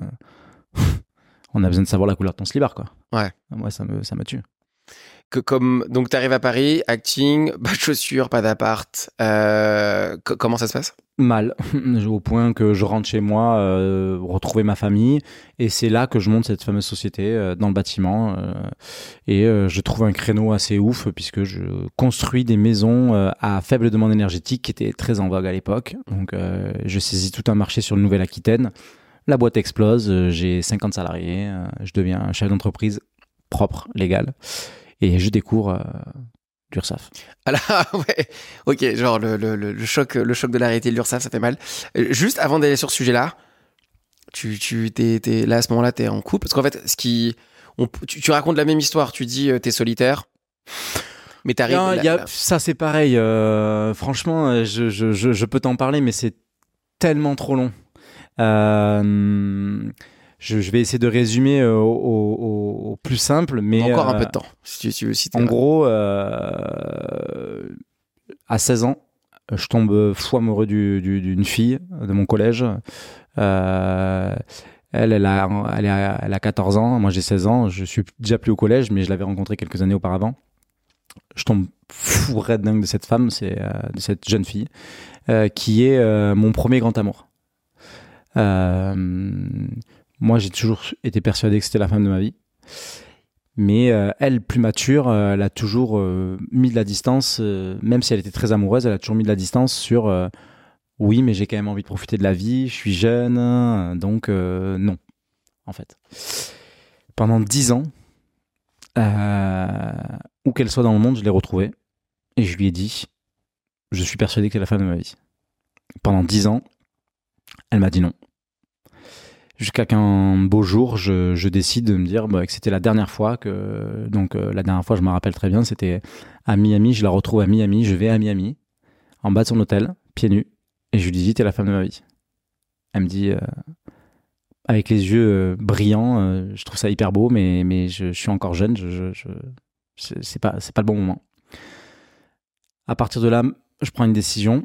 On a besoin de savoir la couleur de ton slibard, quoi. Ouais. Moi, ça me, ça me tue. Que comme, donc, t'arrives à Paris, acting, pas de chaussures, pas d'appart. Euh, c- comment ça se passe ? Mal, au point que je rentre chez moi, euh, retrouver ma famille, et c'est là que je monte cette fameuse société euh, dans le bâtiment, euh, et euh, je trouve un créneau assez ouf puisque je construis des maisons euh, à faible demande énergétique qui étaient très en vogue à l'époque. Donc, euh, je saisis tout un marché sur le Nouvelle-Aquitaine. La boîte explose, j'ai cinquante salariés, je deviens un chef d'entreprise propre, légal, et je découvre euh, l'URSSAF. Ah là, ouais, ok, genre le, le, le, choc, le choc de la réalité de l'URSSAF, ça fait mal. Juste avant d'aller sur ce sujet-là, tu, tu t'es, t'es, là à ce moment-là, t'es en couple, parce qu'en fait, ce qui, on, tu, tu racontes la même histoire, tu dis t'es solitaire. Mais t'arrives. Non, là, y a, là. Ça c'est pareil, euh, franchement, je, je, je, je peux t'en parler, mais c'est tellement trop long. Euh, je, je vais essayer de résumer au, au, au, au plus simple, mais encore euh, un peu de temps. Si tu, si tu veux citer. En là. gros, euh, à seize ans, je tombe fou amoureux du, du, d'une fille de mon collège. Euh, elle, elle a, elle, a, elle a quatorze ans, moi j'ai seize ans. Je suis déjà plus au collège, mais je l'avais rencontrée quelques années auparavant. Je tombe fou raide dingue de cette femme, c'est, euh, de cette jeune fille, euh, qui est euh, mon premier grand amour. Euh, moi, j'ai toujours été persuadé que c'était la femme de ma vie. Mais euh, elle, plus mature, euh, elle a toujours euh, mis de la distance, euh, même si elle était très amoureuse, elle a toujours mis de la distance sur euh, oui, mais j'ai quand même envie de profiter de la vie, je suis jeune, euh, donc euh, non, en fait. Pendant dix ans, euh, où qu'elle soit dans le monde, je l'ai retrouvée et je lui ai dit, je suis persuadé que c'est la femme de ma vie. Pendant dix ans, elle m'a dit non. Jusqu'à qu'un beau jour, je, je décide de me dire bah, que c'était la dernière fois que... Donc euh, la dernière fois, je me rappelle très bien, c'était à Miami, je la retrouve à Miami, je vais à Miami, en bas de son hôtel, pieds nus, et je lui dis, t'es la femme de ma vie. Elle me dit, euh, avec les yeux euh, brillants, euh, je trouve ça hyper beau, mais, mais je, je suis encore jeune, je, je, je, c'est, c'est, pas, c'est pas le bon moment. À partir de là, je prends une décision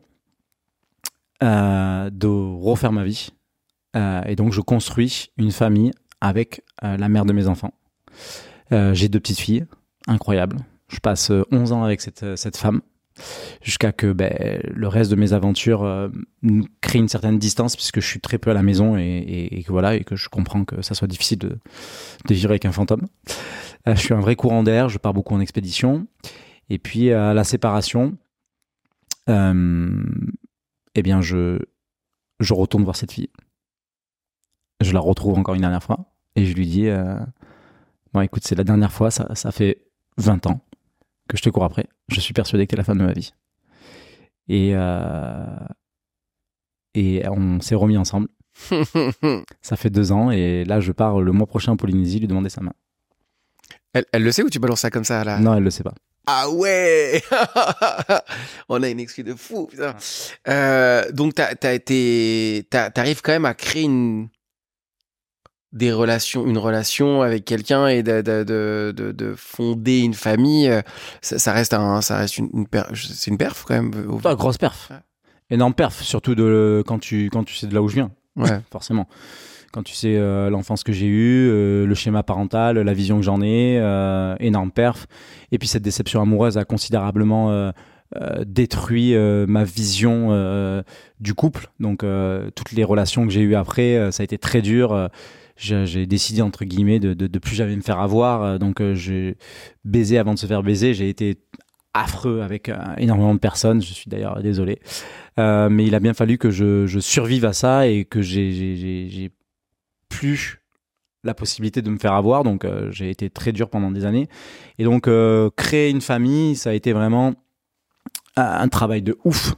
euh, de refaire ma vie. Euh, et donc, je construis une famille avec euh, la mère de mes enfants. Euh, j'ai deux petites filles, incroyables. Je passe onze ans avec cette, cette femme, jusqu'à que ben, le reste de mes aventures euh, crée une certaine distance, puisque je suis très peu à la maison et, et, et, que, voilà, et que je comprends que ça soit difficile de, de vivre avec un fantôme. Euh, je suis un vrai courant d'air, je pars beaucoup en expédition. Et puis, à la séparation, euh, eh bien, je, je retourne voir cette fille. Je la retrouve encore une dernière fois et je lui dis euh, bon écoute, c'est la dernière fois, ça, ça fait vingt ans que je te cours après, je suis persuadé que t'es la femme de ma vie. Et, euh, et on s'est remis ensemble. Ça fait deux ans et là je pars le mois prochain en Polynésie lui demander sa main. Elle, elle le sait ou tu balances ça comme ça là? Non, elle le sait pas. Ah ouais. On a une excuse de fou, putain. Euh, donc t'as, t'as été, t'as, t'arrives quand même à créer une des relations, une relation avec quelqu'un et de, de, de, de, de fonder une famille. Ça, ça reste un, ça reste une, une perf, c'est une perf quand même. Ah, grosse perf. Ouais. Énorme perf, surtout de quand tu quand tu sais de là où je viens. Ouais. Forcément. Quand tu sais euh, l'enfance que j'ai eue, euh, le schéma parental, la vision que j'en ai, euh, énorme perf. Et puis cette déception amoureuse a considérablement euh, euh, détruit euh, ma vision euh, du couple. Donc euh, toutes les relations que j'ai eues après, euh, ça a été très dur. Euh, j'ai, j'ai décidé entre guillemets de, de, de plus jamais me faire avoir. Euh, donc euh, j'ai baisé avant de se faire baiser. J'ai été affreux avec euh, énormément de personnes. Je suis d'ailleurs désolé. Euh, mais il a bien fallu que je, je survive à ça et que j'ai, j'ai, j'ai, j'ai plus la possibilité de me faire avoir, donc euh, j'ai été très dur pendant des années et donc euh, créer une famille, ça a été vraiment un travail de ouf.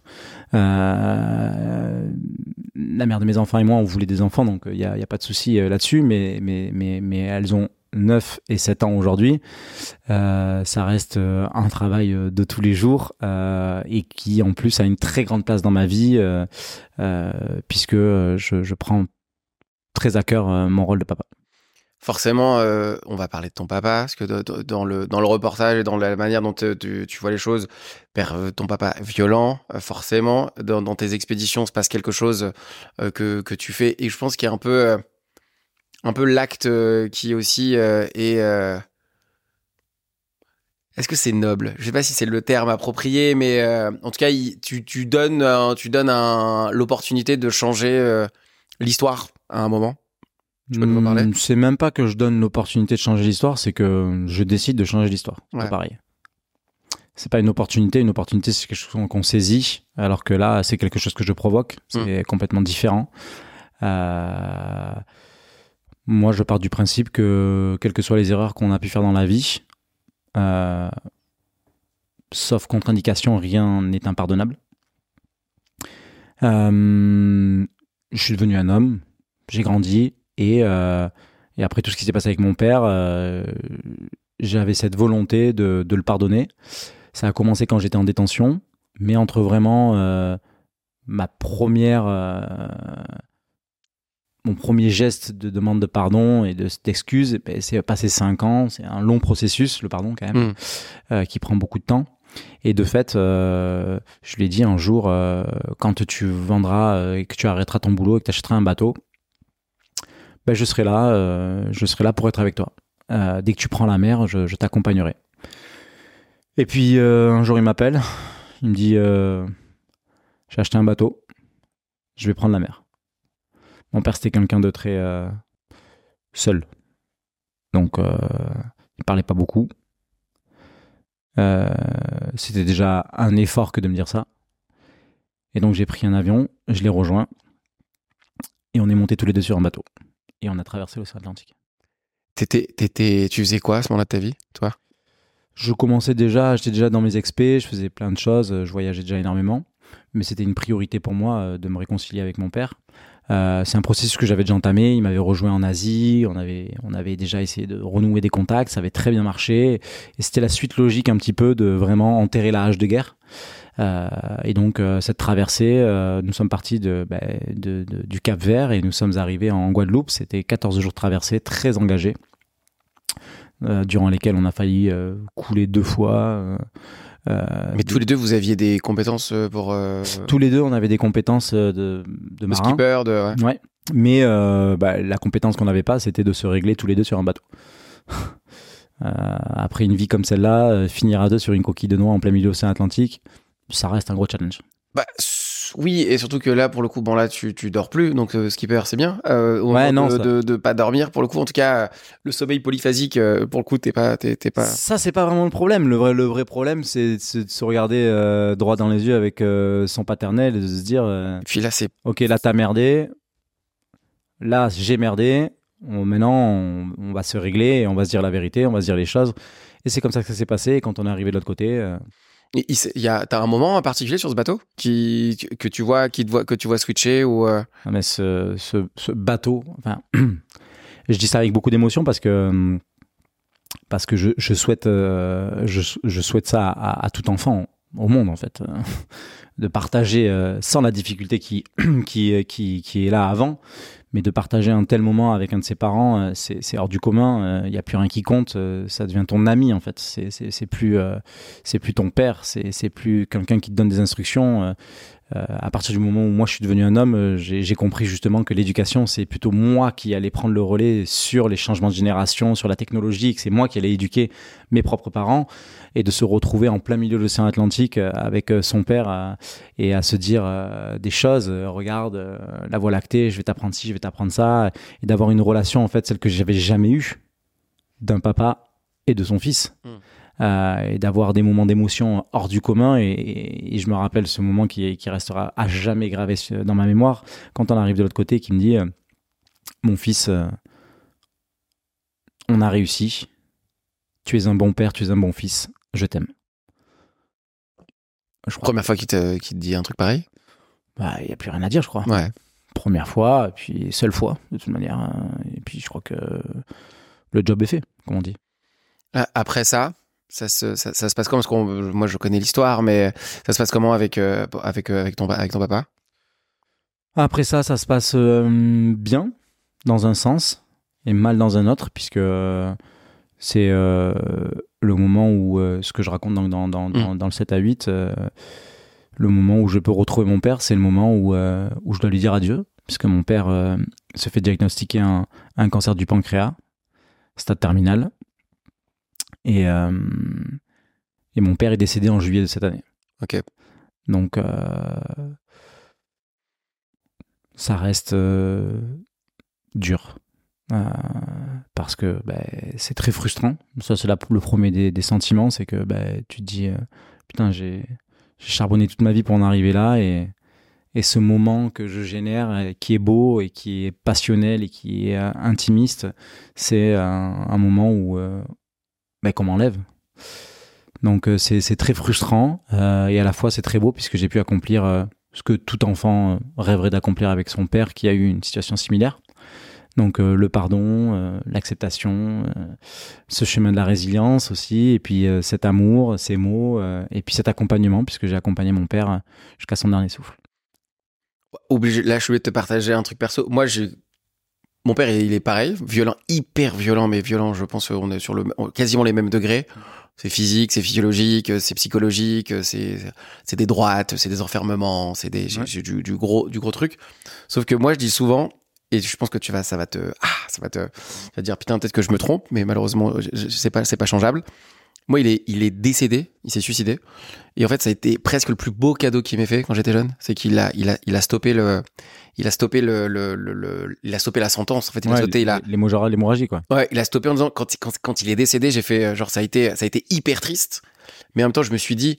Euh, la mère de mes enfants et moi on voulait des enfants, donc il n'y a, y a pas de souci euh, là-dessus, mais, mais, mais, mais elles ont neuf et sept ans aujourd'hui. Euh, ça reste euh, un travail euh, de tous les jours euh, et qui en plus a une très grande place dans ma vie euh, euh, puisque euh, je, je prends très à cœur euh, mon rôle de papa. Forcément, euh, on va parler de ton papa, parce que de, de, dans, le, dans le reportage et dans la manière dont te, tu, tu vois les choses, père, euh, ton papa violent, euh, forcément, dans, dans tes expéditions, se passe quelque chose euh, que, que tu fais, et je pense qu'il y a un peu, euh, un peu l'acte euh, qui aussi euh, est... Euh... Est-ce que c'est noble? Je sais pas si c'est le terme approprié, mais euh, en tout cas, il, tu, tu donnes, euh, tu donnes un, l'opportunité de changer euh, l'histoire à un moment. Tu peux nous en parler? C'est même pas que je donne l'opportunité de changer l'histoire, c'est que je décide de changer l'histoire. Ouais. C'est pareil. C'est pas une opportunité. Une opportunité, c'est quelque chose qu'on saisit, alors que là, c'est quelque chose que je provoque. C'est mmh. complètement différent. Euh... Moi, je pars du principe que, quelles que soient les erreurs qu'on a pu faire dans la vie, euh... sauf contre-indication, rien n'est impardonnable. Euh... Je suis devenu un homme, j'ai grandi. Et, euh, et après tout ce qui s'est passé avec mon père, euh, j'avais cette volonté de, de le pardonner. Ça a commencé quand j'étais en détention, mais entre vraiment euh, ma première, euh, mon premier geste de demande de pardon et de, d'excuse, ben, c'est passé cinq ans. C'est un long processus, le pardon quand même, mmh. euh, qui prend beaucoup de temps. Et de fait, euh, je lui ai dit un jour, euh, quand tu vendras euh, et que tu arrêteras ton boulot et que tu achèteras un bateau, ben, je serai là, euh, je serai là pour être avec toi. Euh, dès que tu prends la mer, je, je t'accompagnerai. Et puis euh, un jour, il m'appelle, il me dit, euh, j'ai acheté un bateau, je vais prendre la mer. Mon père, c'était quelqu'un de très euh, seul. Donc, euh, il parlait pas beaucoup. Euh, c'était déjà un effort que de me dire ça. Et donc, j'ai pris un avion, je l'ai rejoint, et on est montés tous les deux sur un bateau. Et on a traversé l'océan Atlantique. T'étais, t'étais, tu faisais quoi à ce moment-là de ta vie, toi? Je commençais déjà, j'étais déjà dans mes expés, je faisais plein de choses, je voyageais déjà énormément. Mais c'était une priorité pour moi de me réconcilier avec mon père. Euh, c'est un processus que j'avais déjà entamé. Il m'avait rejoint en Asie. On avait, on avait déjà essayé de renouer des contacts. Ça avait très bien marché. Et c'était la suite logique un petit peu de vraiment enterrer la hache de guerre. Euh, et donc, euh, cette traversée, euh, nous sommes partis de, bah, de, de, du Cap-Vert et nous sommes arrivés en Guadeloupe. C'était quatorze jours de traversée, très engagés, euh, durant lesquels on a failli euh, couler deux fois. Euh, Euh, Mais tous les deux, vous aviez des compétences pour... Euh... Tous les deux, on avait des compétences de, de marin. De skipper, de... Ouais. ouais. Mais euh, bah, la compétence qu'on n'avait pas, c'était de se régler tous les deux sur un bateau. euh, après une vie comme celle-là, euh, finir à deux sur une coquille de noix en plein milieu de l'océan Atlantique, ça reste un gros challenge. Bah, oui, et surtout que là, pour le coup, bon là, tu, tu dors plus, donc euh, skipper, c'est bien. Euh, au ouais, non, de, de, de pas dormir, pour le coup, en tout cas, le sommeil polyphasique, euh, pour le coup, t'es pas, t'es, t'es pas. Ça, c'est pas vraiment le problème. Le vrai, le vrai problème, c'est, c'est de se regarder euh, droit dans les yeux avec euh, son paternel et de se dire. Euh, et puis là, c'est. Ok, là, t'as merdé. Là, j'ai merdé. On, maintenant, on, on va se régler et on va se dire la vérité, on va se dire les choses. Et c'est comme ça que ça s'est passé. Et quand on est arrivé de l'autre côté. Euh, Il y a, t'as un moment en particulier sur ce bateau qui, que tu vois, qui te voit, que tu vois switcher ou euh... non mais ce, ce, ce bateau, enfin, je dis ça avec beaucoup d'émotion parce que parce que je, je souhaite euh, je, je souhaite ça à, à tout enfant au monde en fait, de partager euh, sans la difficulté qui qui qui qui est là avant. Mais de partager un tel moment avec un de ses parents, c'est, c'est hors du commun. Il n'y a plus rien qui compte. Ça devient ton ami, en fait. C'est, c'est, c'est, plus, euh, c'est plus ton père. C'est, c'est plus quelqu'un qui te donne des instructions. Euh, à partir du moment où moi, je suis devenu un homme, j'ai, j'ai compris justement que l'éducation, c'est plutôt moi qui allais prendre le relais sur les changements de génération, sur la technologie, que c'est moi qui allais éduquer mes propres parents. Et de se retrouver en plein milieu de l'océan Atlantique avec son père euh, et à se dire euh, des choses, euh, regarde euh, la Voie lactée, je vais t'apprendre ci, je vais t'apprendre ça, et d'avoir une relation en fait celle que j'avais jamais eue d'un papa et de son fils, mmh. euh, et d'avoir des moments d'émotion hors du commun. Et, et, et je me rappelle ce moment qui, qui restera à jamais gravé dans ma mémoire quand on arrive de l'autre côté, qui me dit euh, mon fils, euh, on a réussi, tu es un bon père, tu es un bon fils. Je t'aime. Je crois. Première fois qu'il te, qu'il te dit un truc pareil ? Bah, il n'y a plus rien à dire, je crois. Ouais. Première fois, et puis seule fois, de toute manière. Et puis je crois que le job est fait, comme on dit. Après ça, ça se, ça, ça se passe comment ? Parce que moi, je connais l'histoire, mais ça se passe comment avec, euh, avec, euh, avec, ton, avec ton papa ? Après ça, ça se passe euh, bien, dans un sens, et mal dans un autre, puisque euh, c'est... Euh, le moment où, euh, ce que je raconte dans, dans, dans, mmh. dans, dans le sept à huit, euh, le moment où je peux retrouver mon père, c'est le moment où, euh, où je dois lui dire adieu, puisque mon père euh, se fait diagnostiquer un, un cancer du pancréas, stade terminal, et, euh, et mon père est décédé en juillet de cette année. Ok. Donc, euh, ça reste euh, dur. Euh, parce que bah, c'est très frustrant. Ça, c'est la, le premier des, des sentiments, c'est que bah, tu te dis euh, putain, j'ai, j'ai charbonné toute ma vie pour en arriver là, et, et ce moment que je génère, qui est beau et qui est passionnel et qui est euh, intimiste, c'est un, un moment où euh, bah, qu'on m'enlève. Donc euh, c'est, c'est très frustrant, euh, et à la fois c'est très beau puisque j'ai pu accomplir euh, ce que tout enfant rêverait d'accomplir avec son père qui a eu une situation similaire. Donc euh, le pardon, euh, l'acceptation, euh, ce chemin de la résilience aussi, et puis euh, cet amour, ces mots, euh, et puis cet accompagnement, puisque j'ai accompagné mon père jusqu'à son dernier souffle. Obligé, là je voulais te partager un truc perso. Moi j'ai, mon père, il est pareil, violent, hyper violent, mais violent, je pense on est sur le, quasiment les mêmes degrés. C'est physique, c'est physiologique, c'est psychologique, c'est, c'est des droites, c'est des enfermements, c'est des, ouais. j'ai, j'ai du, du gros, du gros truc. Sauf que moi, je dis souvent, et je pense que tu vas, ça va te, ah, ça va te, tu vas te dire, putain, peut-être que je me trompe, mais malheureusement, je, je, c'est pas, c'est pas changeable. Moi, il est, il est décédé, il s'est suicidé. Et en fait, ça a été presque le plus beau cadeau qu'il m'ait fait quand j'étais jeune. C'est qu'il a, il a, il a stoppé le, il a stoppé le, le, le, le il a stoppé la sentence. En fait, il ouais, a sauté, il a. L'hémorragie, quoi. Ouais, il a stoppé en disant, quand, quand, quand il est décédé, j'ai fait, genre, ça a été, ça a été hyper triste. Mais en même temps, je me suis dit,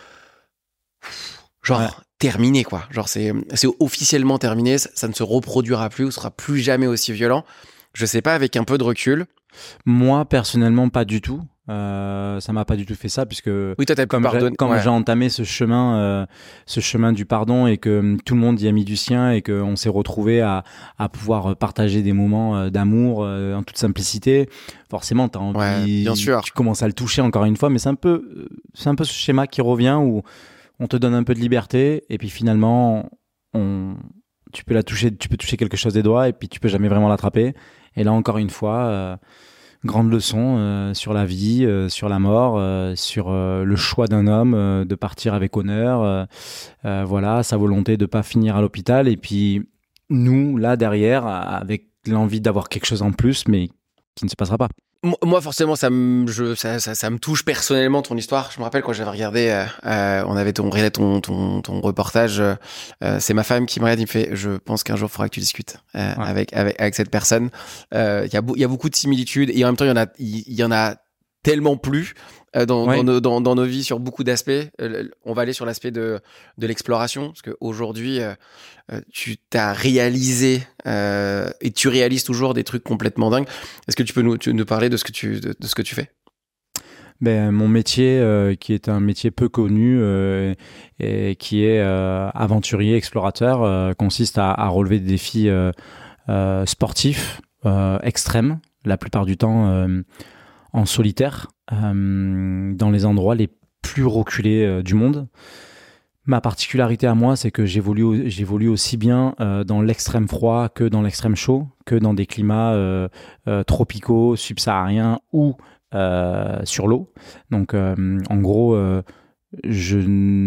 genre, ouais. terminé, quoi. Genre, c'est, c'est officiellement terminé. Ça, ça ne se reproduira plus ou sera plus jamais aussi violent. Je sais pas, avec un peu de recul. Moi, personnellement, pas du tout. Euh, ça m'a pas du tout fait ça puisque oui, toi, t'as comme, j'ai, comme ouais. j'ai entamé ce chemin, euh, ce chemin du pardon et que tout le monde y a mis du sien et qu'on s'est retrouvé à, à pouvoir partager des moments d'amour euh, en toute simplicité. Forcément, t'as envie, ouais, bien sûr. Tu commences à le toucher encore une fois, mais c'est un peu, c'est un peu ce schéma qui revient où on te donne un peu de liberté et puis finalement, on, tu peux la toucher, tu peux toucher quelque chose des doigts et puis tu peux jamais vraiment l'attraper. Et là, encore une fois. Euh, Grande leçon euh, sur la vie, euh, sur la mort, euh, sur euh, le choix d'un homme euh, de partir avec honneur, euh, euh, voilà, sa volonté de pas finir à l'hôpital. Et puis nous, là derrière, avec l'envie d'avoir quelque chose en plus, mais qui ne se passera pas. Moi, forcément, ça me, je, ça, ça, ça me touche personnellement ton histoire. Je me rappelle quand j'avais regardé, euh, euh, on avait ton, ton, ton, ton reportage. Euh, c'est ma femme qui me regarde, il me fait, je pense qu'un jour, il faudra que tu discutes euh, ouais. avec, avec, avec cette personne. Il euh, y a, il y a beaucoup de similitudes et en même temps, il y en a, il y en a tellement plus euh, dans, ouais. dans, nos, dans, dans nos vies sur beaucoup d'aspects. Euh, on va aller sur l'aspect de, de l'exploration parce qu'aujourd'hui, euh, tu t'as réalisé euh, et tu réalises toujours des trucs complètement dingues. Est-ce que tu peux nous, tu, nous parler de ce que tu, de, de ce que tu fais ? Ben, mon métier, euh, qui est un métier peu connu euh, et qui est euh, aventurier, explorateur, euh, consiste à, à relever des défis euh, euh, sportifs euh, extrêmes, la plupart du temps euh, en solitaire, euh, dans les endroits les plus reculés euh, du monde. Ma particularité à moi, c'est que j'évolue, j'évolue aussi bien euh, dans l'extrême froid que dans l'extrême chaud, que dans des climats euh, euh, tropicaux, subsahariens ou euh, sur l'eau. Donc, euh, en gros, euh, je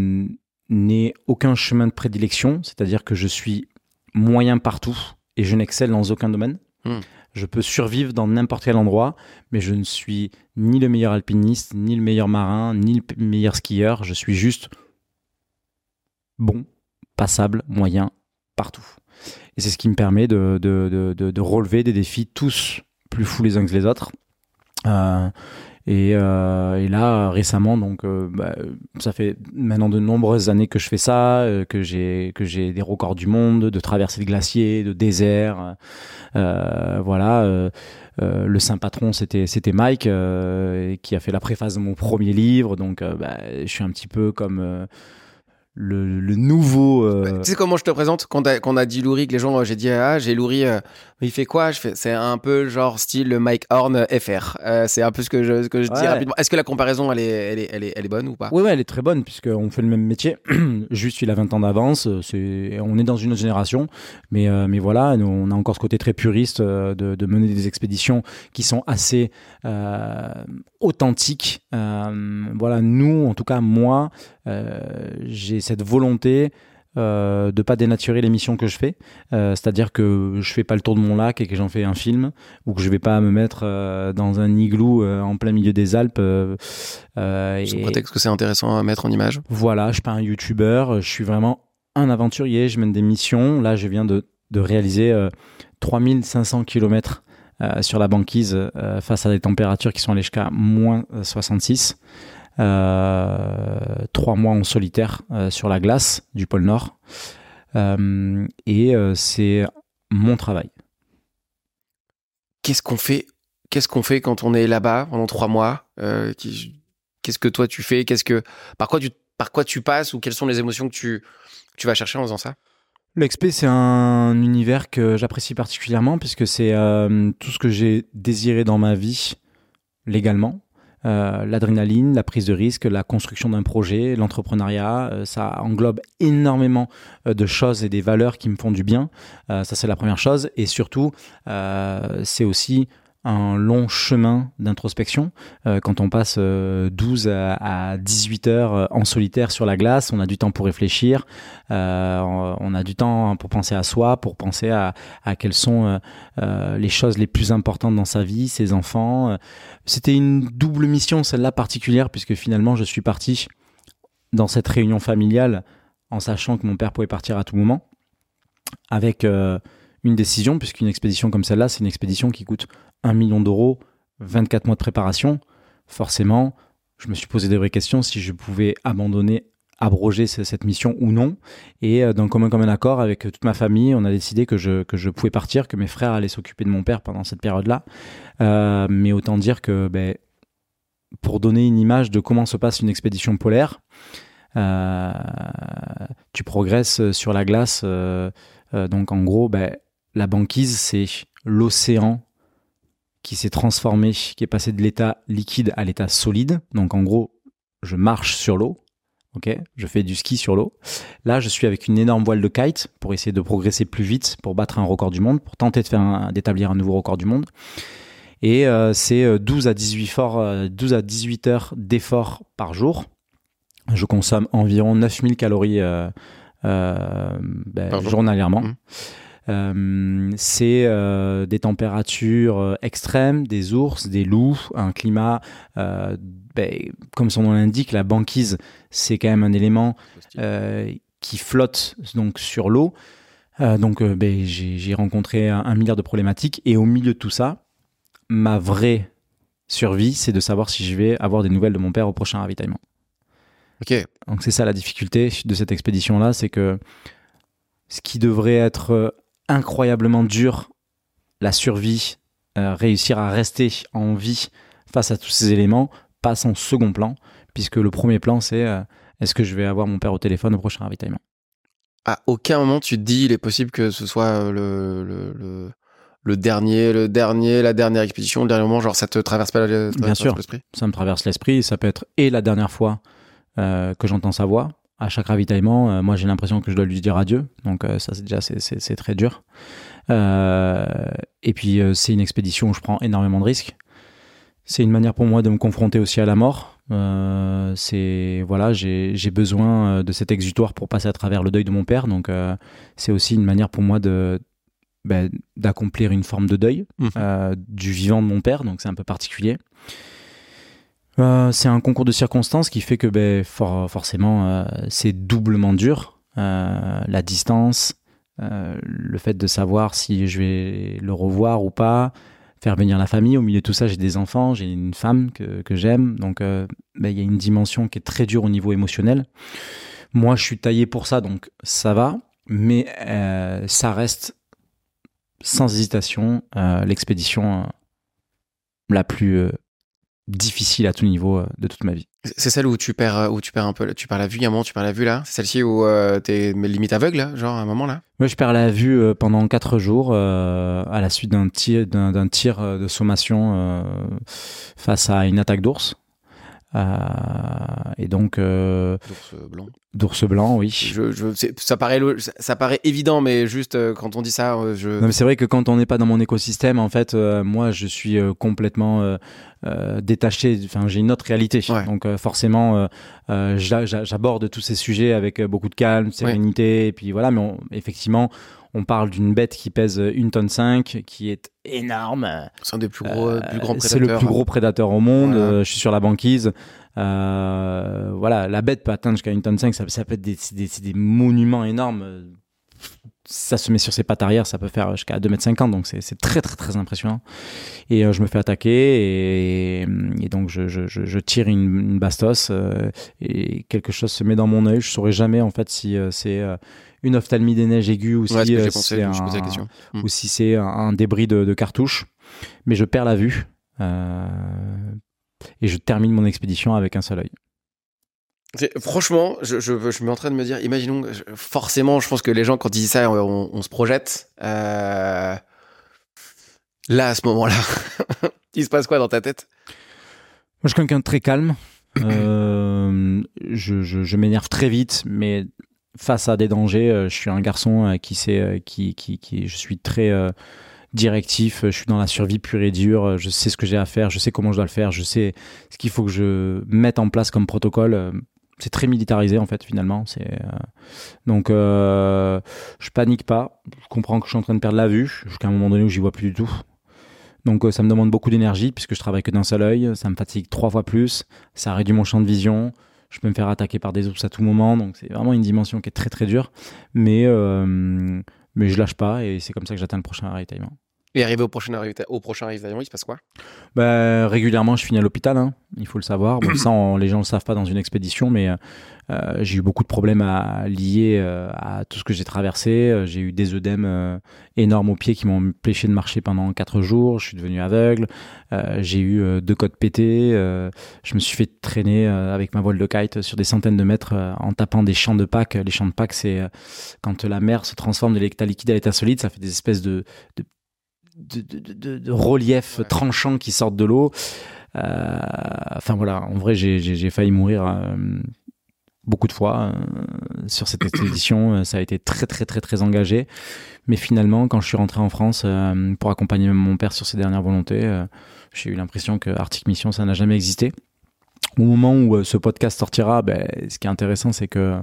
n'ai aucun chemin de prédilection, c'est-à-dire que je suis moyen partout et je n'excelle dans aucun domaine. Mmh. Je peux survivre dans n'importe quel endroit, mais je ne suis ni le meilleur alpiniste, ni le meilleur marin, ni le meilleur skieur. Je suis juste bon, passable, moyen, partout. Et c'est ce qui me permet de, de, de, de, de relever des défis tous plus fous les uns que les autres. Euh, et, euh, et là, récemment, donc, euh, bah, ça fait maintenant de nombreuses années que je fais ça, euh, que j'ai que j'ai des records du monde, de traversées de glaciers, de déserts. Euh, voilà. Euh, euh, le saint patron, c'était c'était Mike, euh, qui a fait la préface de mon premier livre. Donc, euh, bah, je suis un petit peu comme euh, Le, le nouveau. Euh... Tu sais comment je te présente quand on a, quand on a dit Louri, que les gens, j'ai dit ah j'ai Louri, euh, il fait quoi? Je fais, c'est un peu genre style le Mike Horn F R. Euh, c'est un peu ce que je, ce que je ouais. dis rapidement. Est-ce que la comparaison elle est, elle est, elle est, elle est bonne ou pas? Oui, ouais, elle est très bonne puisqu'on fait le même métier. Juste, il a vingt ans d'avance. C'est, on est dans une autre génération, mais euh, mais voilà, nous, on a encore ce côté très puriste euh, de, de mener des expéditions qui sont assez euh, authentiques. Euh, voilà, nous, en tout cas moi. Euh, j'ai cette volonté euh, de pas dénaturer les missions que je fais, euh, c'est-à-dire que je fais pas le tour de mon lac et que j'en fais un film, ou que je vais pas me mettre euh, dans un igloo euh, en plein milieu des Alpes. Euh, euh, Sous prétexte que c'est intéressant à mettre en image. Voilà, je suis pas un youtubeur, je suis vraiment un aventurier, je mène des missions. Là, je viens de, de réaliser euh, trois mille cinq cents kilomètres euh, sur la banquise euh, face à des températures qui sont allées jusqu'à moins soixante-six. Euh, trois mois en solitaire euh, sur la glace du pôle Nord euh, et euh, c'est mon travail. Qu'est-ce qu'on fait Qu'est-ce qu'on fait quand on est là-bas pendant trois mois euh, Qu'est-ce que toi tu fais Qu'est-ce que par quoi tu par quoi tu passes ou quelles sont les émotions que tu que tu vas chercher en faisant ça? L'expé, c'est un univers que j'apprécie particulièrement puisque c'est euh, tout ce que j'ai désiré dans ma vie légalement. euh, l'adrénaline, la prise de risque, la construction d'un projet, l'entrepreneuriat. Euh, ça englobe énormément euh, de choses et des valeurs qui me font du bien. Euh, ça, c'est la première chose. Et surtout, euh, c'est aussi un long chemin d'introspection. Euh, quand on passe euh, douze à dix-huit heures en solitaire sur la glace, on a du temps pour réfléchir, euh, on a du temps pour penser à soi, pour penser à, à quelles sont euh, euh, les choses les plus importantes dans sa vie, ses enfants. C'était une double mission, celle-là particulière, puisque finalement je suis parti dans cette réunion familiale en sachant que mon père pouvait partir à tout moment, avec euh, une décision, puisqu'une expédition comme celle-là, c'est une expédition qui coûte un million d'euros, vingt-quatre mois de préparation. Forcément, je me suis posé des vraies questions si je pouvais abandonner, abroger cette mission ou non. Et d'un commun comme un accord avec toute ma famille, on a décidé que je, que je pouvais partir, que mes frères allaient s'occuper de mon père pendant cette période-là. Euh, mais autant dire que, ben, pour donner une image de comment se passe une expédition polaire, euh, tu progresses sur la glace. Euh, euh, donc en gros, ben, la banquise, c'est l'océan qui s'est transformé, qui est passé de l'état liquide à l'état solide. Donc en gros, je marche sur l'eau, ok, je fais du ski sur l'eau. Là, je suis avec une énorme voile de kite pour essayer de progresser plus vite, pour battre un record du monde, pour tenter de faire un, d'établir un nouveau record du monde. Et euh, c'est douze à dix-huit, fort, douze à dix-huit heures d'effort par jour. Je consomme environ neuf mille calories euh, euh, ben, journalièrement. Mmh. Euh, c'est euh, des températures euh, extrêmes, des ours, des loups, un climat, euh, ben, comme son nom l'indique, la banquise, c'est quand même un élément euh, qui flotte donc sur l'eau. Euh, donc euh, ben, j'ai, j'ai rencontré un, un milliard de problématiques et au milieu de tout ça, ma vraie survie, c'est de savoir si je vais avoir des nouvelles de mon père au prochain ravitaillement. Ok. Donc c'est ça la difficulté de cette expédition-là, c'est que ce qui devrait être incroyablement dur, la survie, euh, réussir à rester en vie face à tous ces éléments, passe en second plan, puisque le premier plan, c'est euh, est-ce que je vais avoir mon père au téléphone au prochain ravitaillement ? À aucun moment, tu te dis, il est possible que ce soit le, le, le, le dernier, le dernier, la dernière expédition, le dernier moment, genre ça te traverse pas le, Bien sûr, l'esprit ? Ça me traverse l'esprit, ça peut être et la dernière fois euh, que j'entends sa voix. À chaque ravitaillement, euh, moi j'ai l'impression que je dois lui dire adieu, donc euh, ça c'est déjà c'est, c'est, c'est très dur. Euh, et puis euh, c'est une expédition où je prends énormément de risques. C'est une manière pour moi de me confronter aussi à la mort. Euh, c'est voilà, j'ai j'ai besoin de cet exutoire pour passer à travers le deuil de mon père, donc euh, c'est aussi une manière pour moi de ben, d'accomplir une forme de deuil mmh. euh, du vivant de mon père, donc c'est un peu particulier. Euh, c'est un concours de circonstances qui fait que ben, for- forcément euh, c'est doublement dur. Euh, la distance, euh, le fait de savoir si je vais le revoir ou pas, faire venir la famille. Au milieu de tout ça, j'ai des enfants, j'ai une femme que, que j'aime. Donc euh, ben, y a une dimension qui est très dure au niveau émotionnel. Moi, je suis taillé pour ça, donc ça va. Mais euh, ça reste sans hésitation euh, l'expédition euh, la plus... Euh, difficile à tout niveau de toute ma vie. C'est celle où tu perds, où tu perds un peu, tu perds la vue, il y a un moment tu perds la vue là. C'est celle-ci où euh, t'es limite aveugle, là, genre à un moment là. Ouais, je perds la vue euh, pendant quatre jours euh, à la suite d'un tir, d'un, d'un tir de sommation euh, face à une attaque d'ours. Euh, et donc euh, d'ours blanc. D'ours blanc, oui. Je, je, c'est, ça paraît, ça paraît évident, mais juste euh, quand on dit ça, euh, je. Non, mais c'est vrai que quand on n'est pas dans mon écosystème, en fait, euh, moi, je suis euh, complètement euh, euh, détaché. Enfin, j'ai une autre réalité. Ouais. Donc, euh, forcément, euh, euh, j'a, j'aborde tous ces sujets avec beaucoup de calme, de sérénité, ouais. Et puis voilà. Mais on, effectivement, on parle d'une bête qui pèse une tonne cinq, qui est énorme. C'est un des plus gros, euh, plus grands prédateurs. C'est le plus gros prédateur au monde. Voilà. Euh, je suis sur la banquise. Euh, voilà, la bête peut atteindre jusqu'à une tonne cinq. Ça, ça peut être des, c'est des, c'est des monuments énormes. Ça se met sur ses pattes arrière, ça peut faire jusqu'à deux mètres cinquante, donc c'est, c'est très très très impressionnant. Et euh, je me fais attaquer et, et donc je, je, je tire une, une bastos euh, et quelque chose se met dans mon œil. Je saurais jamais en fait si euh, c'est euh, une ophtalmie des neiges aiguë ou, ouais, si, euh, euh, pensé, c'est un, ou si c'est un, un débris de, de cartouche. Mais je perds la vue euh, et je termine mon expédition avec un seul œil. C'est, franchement, je, je, je me en train de me dire, imaginons, je, forcément, je pense que les gens, quand ils disent ça, on, on se projette. Euh, là, à ce moment-là, il se passe quoi dans ta tête ? je suis quelqu'un de très calme. Euh, je, je, je m'énerve très vite, mais face à des dangers, euh, je suis un garçon euh, qui sait, euh, qui, qui, qui, je suis très euh, directif. Je suis dans la survie pure et dure. Je sais ce que j'ai à faire. Je sais comment je dois le faire. Je sais ce qu'il faut que je mette en place comme protocole. C'est très militarisé en fait finalement. C'est euh... donc euh, je panique pas. Je comprends que je suis en train de perdre la vue jusqu'à un moment donné où j'y vois plus du tout. Donc euh, ça me demande beaucoup d'énergie puisque je travaille que d'un seul œil. Ça me fatigue trois fois plus. Ça réduit mon champ de vision. Je peux me faire attaquer par des ours à tout moment. Donc c'est vraiment une dimension qui est très très dure. Mais euh, mais je lâche pas et c'est comme ça que j'atteins le prochain ravitaillement. Et arrivé au prochain, au prochain ravitaillement, il se passe quoi? Bah, régulièrement, je finis à l'hôpital, hein, il faut le savoir. Bon, ça, on, les gens ne le savent pas dans une expédition, mais euh, j'ai eu beaucoup de problèmes à, liés euh, à tout ce que j'ai traversé. J'ai eu des œdèmes euh, énormes aux pieds qui m'ont empêché de marcher pendant quatre jours. Je suis devenu aveugle. Euh, j'ai eu euh, deux côtes pétées. Euh, je me suis fait traîner euh, avec ma voile de kite sur des centaines de mètres euh, en tapant des champs de Pâques. Les champs de Pâques, c'est euh, quand la mer se transforme de l'état liquide à l'état solide, ça fait des espèces de, de De, de, de, de relief ouais. tranchant qui sortent de l'eau. Euh, enfin voilà, en vrai, j'ai, j'ai, j'ai failli mourir euh, beaucoup de fois euh, sur cette expédition. Ça a été très, très, très, très engagé. Mais finalement, quand je suis rentré en France euh, pour accompagner mon père sur ses dernières volontés, euh, j'ai eu l'impression que Arctic Mission, ça n'a jamais existé. Au moment où euh, ce podcast sortira, ben, ce qui est intéressant, c'est que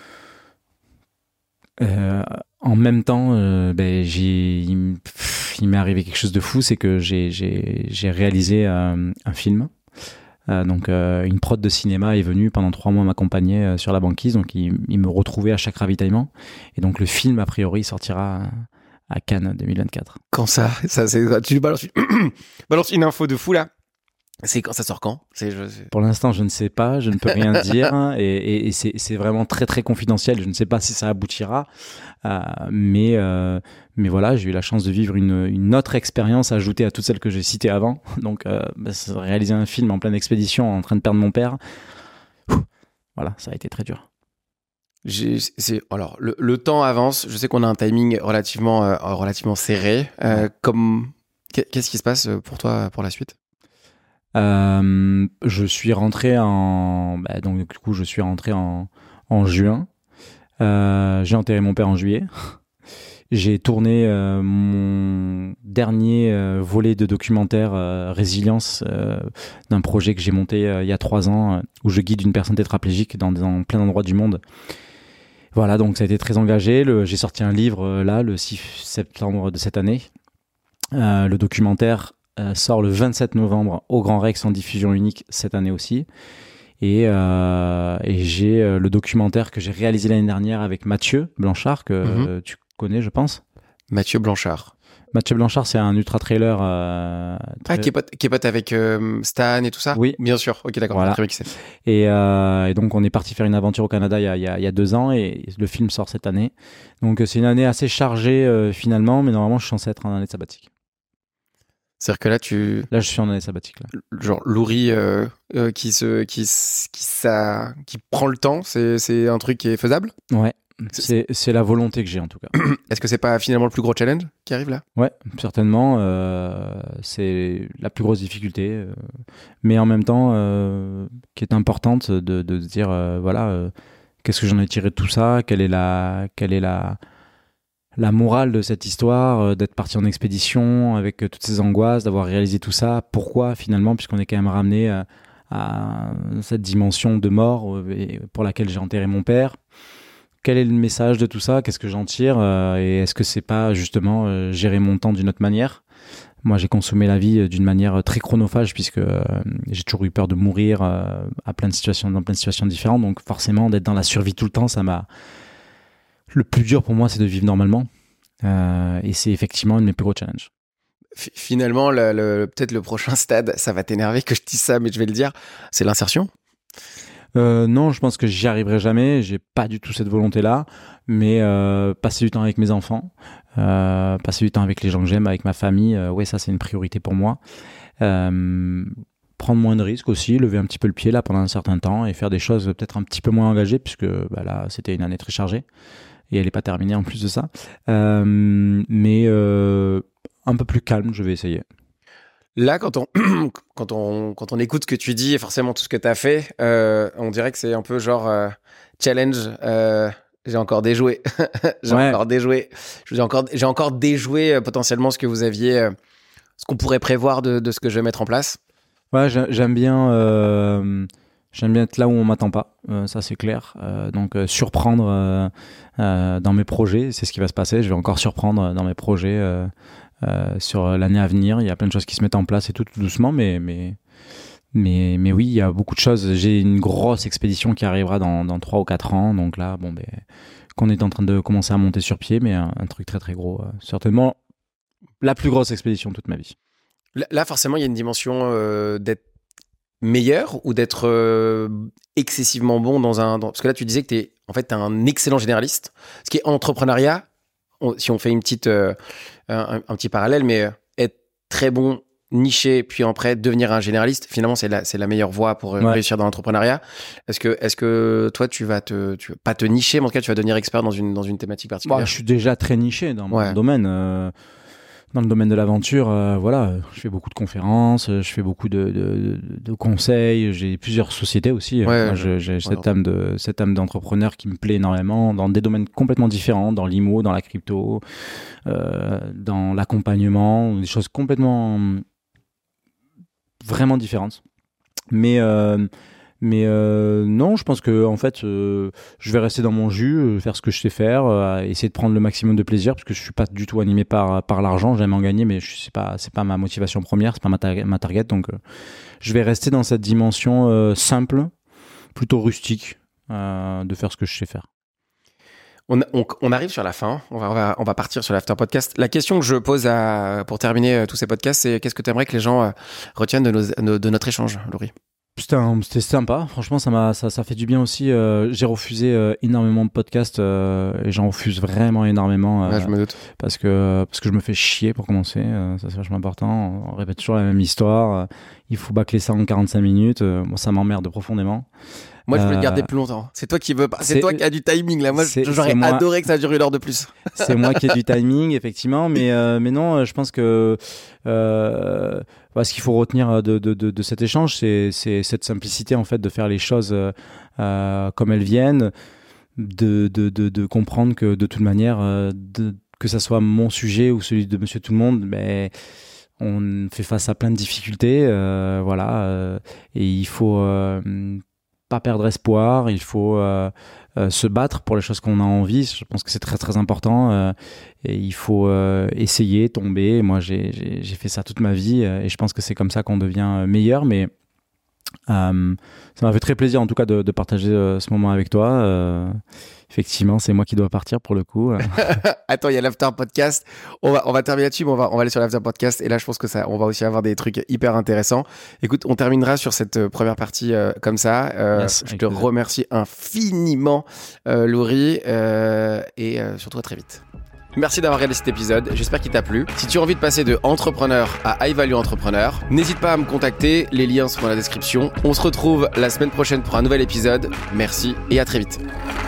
Euh, en même temps, euh, ben, j'ai, il, pff, il m'est arrivé quelque chose de fou, c'est que j'ai, j'ai, j'ai réalisé euh, un film. Euh, donc, euh, une prod de cinéma est venue pendant trois mois m'accompagner euh, sur la banquise. Donc, il, il me retrouvait à chaque ravitaillement. Et donc, le film, a priori, sortira à Cannes deux mille vingt-quatre. Quand ça, ça c'est, tu balances une, balances une info de fou là. C'est quand ça sort quand? c'est, je, c'est... Pour l'instant, je ne sais pas, je ne peux rien dire, hein, et, et, et c'est, c'est vraiment très très confidentiel. Je ne sais pas si ça aboutira, euh, mais euh, mais voilà, j'ai eu la chance de vivre une, une autre expérience ajoutée à toutes celles que j'ai citées avant. Donc, euh, bah, réaliser un film en pleine expédition, en train de perdre mon père, Ouh, voilà, ça a été très dur. J'ai, c'est, alors, le, le temps avance. Je sais qu'on a un timing relativement euh, relativement serré. Euh, ouais. Comme qu'est-ce qui se passe pour toi pour la suite? Euh, je suis rentré en bah, donc du coup je suis rentré en, en juin. Euh, j'ai enterré mon père en juillet. J'ai tourné euh, mon dernier euh, volet de documentaire euh, Résilience euh, d'un projet que j'ai monté euh, il y a trois ans euh, où je guide une personne tétraplégique dans, dans plein d'endroits du monde. Voilà, donc ça a été très engagé. Le, j'ai sorti un livre euh, là le six septembre de cette année. Euh, le documentaire sort le vingt-sept novembre au Grand Rex en diffusion unique cette année aussi. Et, euh, et j'ai euh, le documentaire que j'ai réalisé l'année dernière avec Mathieu Blanchard, que mm-hmm. euh, tu connais, je pense. Mathieu Blanchard. Mathieu Blanchard, c'est un ultra-trailer. Euh, très... Ah, qui est pote, qui est pote avec euh, Stan et tout ça? Oui. Bien sûr. Ok, d'accord. Voilà. Très bien qui c'est. Et, euh, et donc, on est parti faire une aventure au Canada il y a, il y a, il y a deux ans et le film sort cette année. Donc, c'est une année assez chargée euh, finalement, mais normalement, je suis censé être en année de sabbatique. C'est-à-dire que là, tu... Là, je suis en année sabbatique. Là. Genre, Louri euh, euh, qui, se, qui, qui, ça, qui prend le temps, c'est, c'est un truc qui est faisable? Ouais, c'est, c'est la volonté que j'ai en tout cas. Est-ce que c'est pas finalement le plus gros challenge qui arrive là? Ouais, certainement. Euh, c'est la plus grosse difficulté. Euh, mais en même temps, euh, qui est importante de, de se dire, euh, voilà, euh, qu'est-ce que j'en ai tiré de tout ça? Quelle est la... Quelle est la La morale de cette histoire, euh, d'être parti en expédition avec euh, toutes ces angoisses, d'avoir réalisé tout ça, pourquoi finalement, puisqu'on est quand même ramené euh, à cette dimension de mort euh, pour laquelle j'ai enterré mon père. Quel est le message de tout ça? Qu'est-ce que j'en tire? euh, Et est-ce que c'est pas justement euh, gérer mon temps d'une autre manière? Moi, j'ai consommé la vie d'une manière très chronophage puisque euh, j'ai toujours eu peur de mourir euh, à plein de situations, dans plein de situations différentes. Donc forcément, d'être dans la survie tout le temps, ça m'a... Le plus dur pour moi, c'est de vivre normalement. Euh, et c'est effectivement un de mes plus gros challenges. F- finalement, le, le, peut-être le prochain stade, ça va t'énerver que je dise ça, mais je vais le dire, c'est l'insertion. Euh, non, je pense que j'y arriverai jamais. J'ai pas du tout cette volonté-là. Mais euh, passer du temps avec mes enfants, euh, passer du temps avec les gens que j'aime, avec ma famille, euh, ouais, ça c'est une priorité pour moi. Euh, prendre moins de risques aussi, lever un petit peu le pied là pendant un certain temps et faire des choses peut-être un petit peu moins engagées puisque bah, là c'était une année très chargée. Et elle n'est pas terminée en plus de ça. Euh, mais euh, un peu plus calme, je vais essayer. Là, quand on, quand, on, quand on écoute ce que tu dis et forcément tout ce que tu as fait, euh, on dirait que c'est un peu genre euh, challenge. Euh, j'ai encore déjoué. j'ai ouais. encore déjoué. J'ai encore, j'ai encore déjoué euh, potentiellement ce que vous aviez, euh, ce qu'on pourrait prévoir de, de ce que je vais mettre en place. Ouais, j'aime bien, euh, j'aime bien être là où on m'attend pas. Euh, ça, c'est clair. Euh, donc, euh, surprendre euh, euh, dans mes projets, c'est ce qui va se passer. Je vais encore surprendre dans mes projets. Euh, Euh, sur l'année à venir, il y a plein de choses qui se mettent en place et tout, tout doucement, mais, mais, mais, mais oui, il y a beaucoup de choses. J'ai une grosse expédition qui arrivera dans, dans trois ou quatre ans, donc là, bon, ben, qu'on est en train de commencer à monter sur pied, mais un, un truc très très gros. Euh, certainement la plus grosse expédition de toute ma vie. Là, forcément, il y a une dimension euh, d'être meilleur ou d'être euh, excessivement bon dans un... Dans... Parce que là, tu disais que tu es en fait, t'es un excellent généraliste. Ce qui est entrepreneuriat, on, si on fait une petite... Euh, Un, un petit parallèle, mais être très bon, niché, puis après devenir un généraliste, finalement, c'est la, c'est la meilleure voie pour ouais. réussir dans l'entrepreneuriat. Est-ce que, est-ce que toi, tu vas te, tu vas pas te nicher, mais en tout cas, tu vas devenir expert dans une, dans une thématique particulière? Bah, je suis déjà très niché dans mon ouais. domaine. Euh, dans le domaine de l'aventure, euh, voilà, je fais beaucoup de conférences, je fais beaucoup de, de, de conseils, j'ai plusieurs sociétés aussi. Ouais, Moi, je, j'ai ouais, cette, ouais. âme de, cette âme d'entrepreneur qui me plaît énormément dans des domaines complètement différents, dans l'I M O, dans la crypto, euh, dans l'accompagnement, des choses complètement vraiment différentes. Mais euh, Mais euh, non, je pense que en fait, euh, je vais rester dans mon jus, euh, faire ce que je sais faire, euh, essayer de prendre le maximum de plaisir, parce que je suis pas du tout animé par par l'argent. J'aime en gagner, mais je sais pas, c'est pas ma motivation première, c'est pas ma, ta- ma target. Donc, euh, je vais rester dans cette dimension euh, simple, plutôt rustique, euh, de faire ce que je sais faire. On, on, on arrive sur la fin. On va, on va, on va partir sur l'after podcast. La question que je pose à, pour terminer euh, tous ces podcasts, c'est qu'est-ce que tu aimerais que les gens euh, retiennent de, nos, de notre échange, Laurie? C'était, un, c'était sympa, franchement ça m'a ça, ça fait du bien aussi. Euh, j'ai refusé euh, énormément de podcasts euh, et j'en refuse vraiment énormément euh, ouais, je me doute. parce que parce que je me fais chier pour commencer, euh, ça c'est vachement important. On répète toujours la même histoire, euh, il faut bâcler ça en quarante-cinq minutes. Euh, bon, ça m'emmerde profondément. Moi, je veux le garder plus longtemps. C'est toi qui veux pas. C'est, c'est toi qui as du timing là. Moi, c'est, j'aurais c'est adoré moi... que ça dure une heure de plus. C'est moi qui ai du timing, effectivement, mais euh, mais non, je pense que euh, bah, ce qu'il faut retenir de de de, de cet échange, c'est c'est cette simplicité en fait de faire les choses euh, comme elles viennent, de de de de comprendre que de toute manière, euh, de, que ça soit mon sujet ou celui de Monsieur Tout le Monde, mais on fait face à plein de difficultés, euh, voilà, euh, et il faut euh, pas perdre espoir, il faut euh, euh, se battre pour les choses qu'on a envie. Je pense que c'est très très important euh, et il faut euh, essayer, tomber. Moi j'ai, j'ai, j'ai fait ça toute ma vie euh, et je pense que c'est comme ça qu'on devient meilleur, mais euh, ça m'a fait très plaisir en tout cas de, de partager euh, ce moment avec toi. Euh, effectivement, c'est moi qui dois partir pour le coup. Attends, il y a l'after podcast. On va, on va terminer là-dessus, mais on va, on va aller sur l'after podcast. Et là, je pense que ça, on va aussi avoir des trucs hyper intéressants. Écoute, on terminera sur cette première partie euh, comme ça. Euh, yes, je te plaisir. remercie infiniment, euh, Laurie, euh, et euh, surtout à très vite. Merci d'avoir regardé cet épisode, j'espère qu'il t'a plu. Si tu as envie de passer de entrepreneur à high value entrepreneur, n'hésite pas à me contacter, les liens sont dans la description. On se retrouve la semaine prochaine pour un nouvel épisode. Merci et à très vite.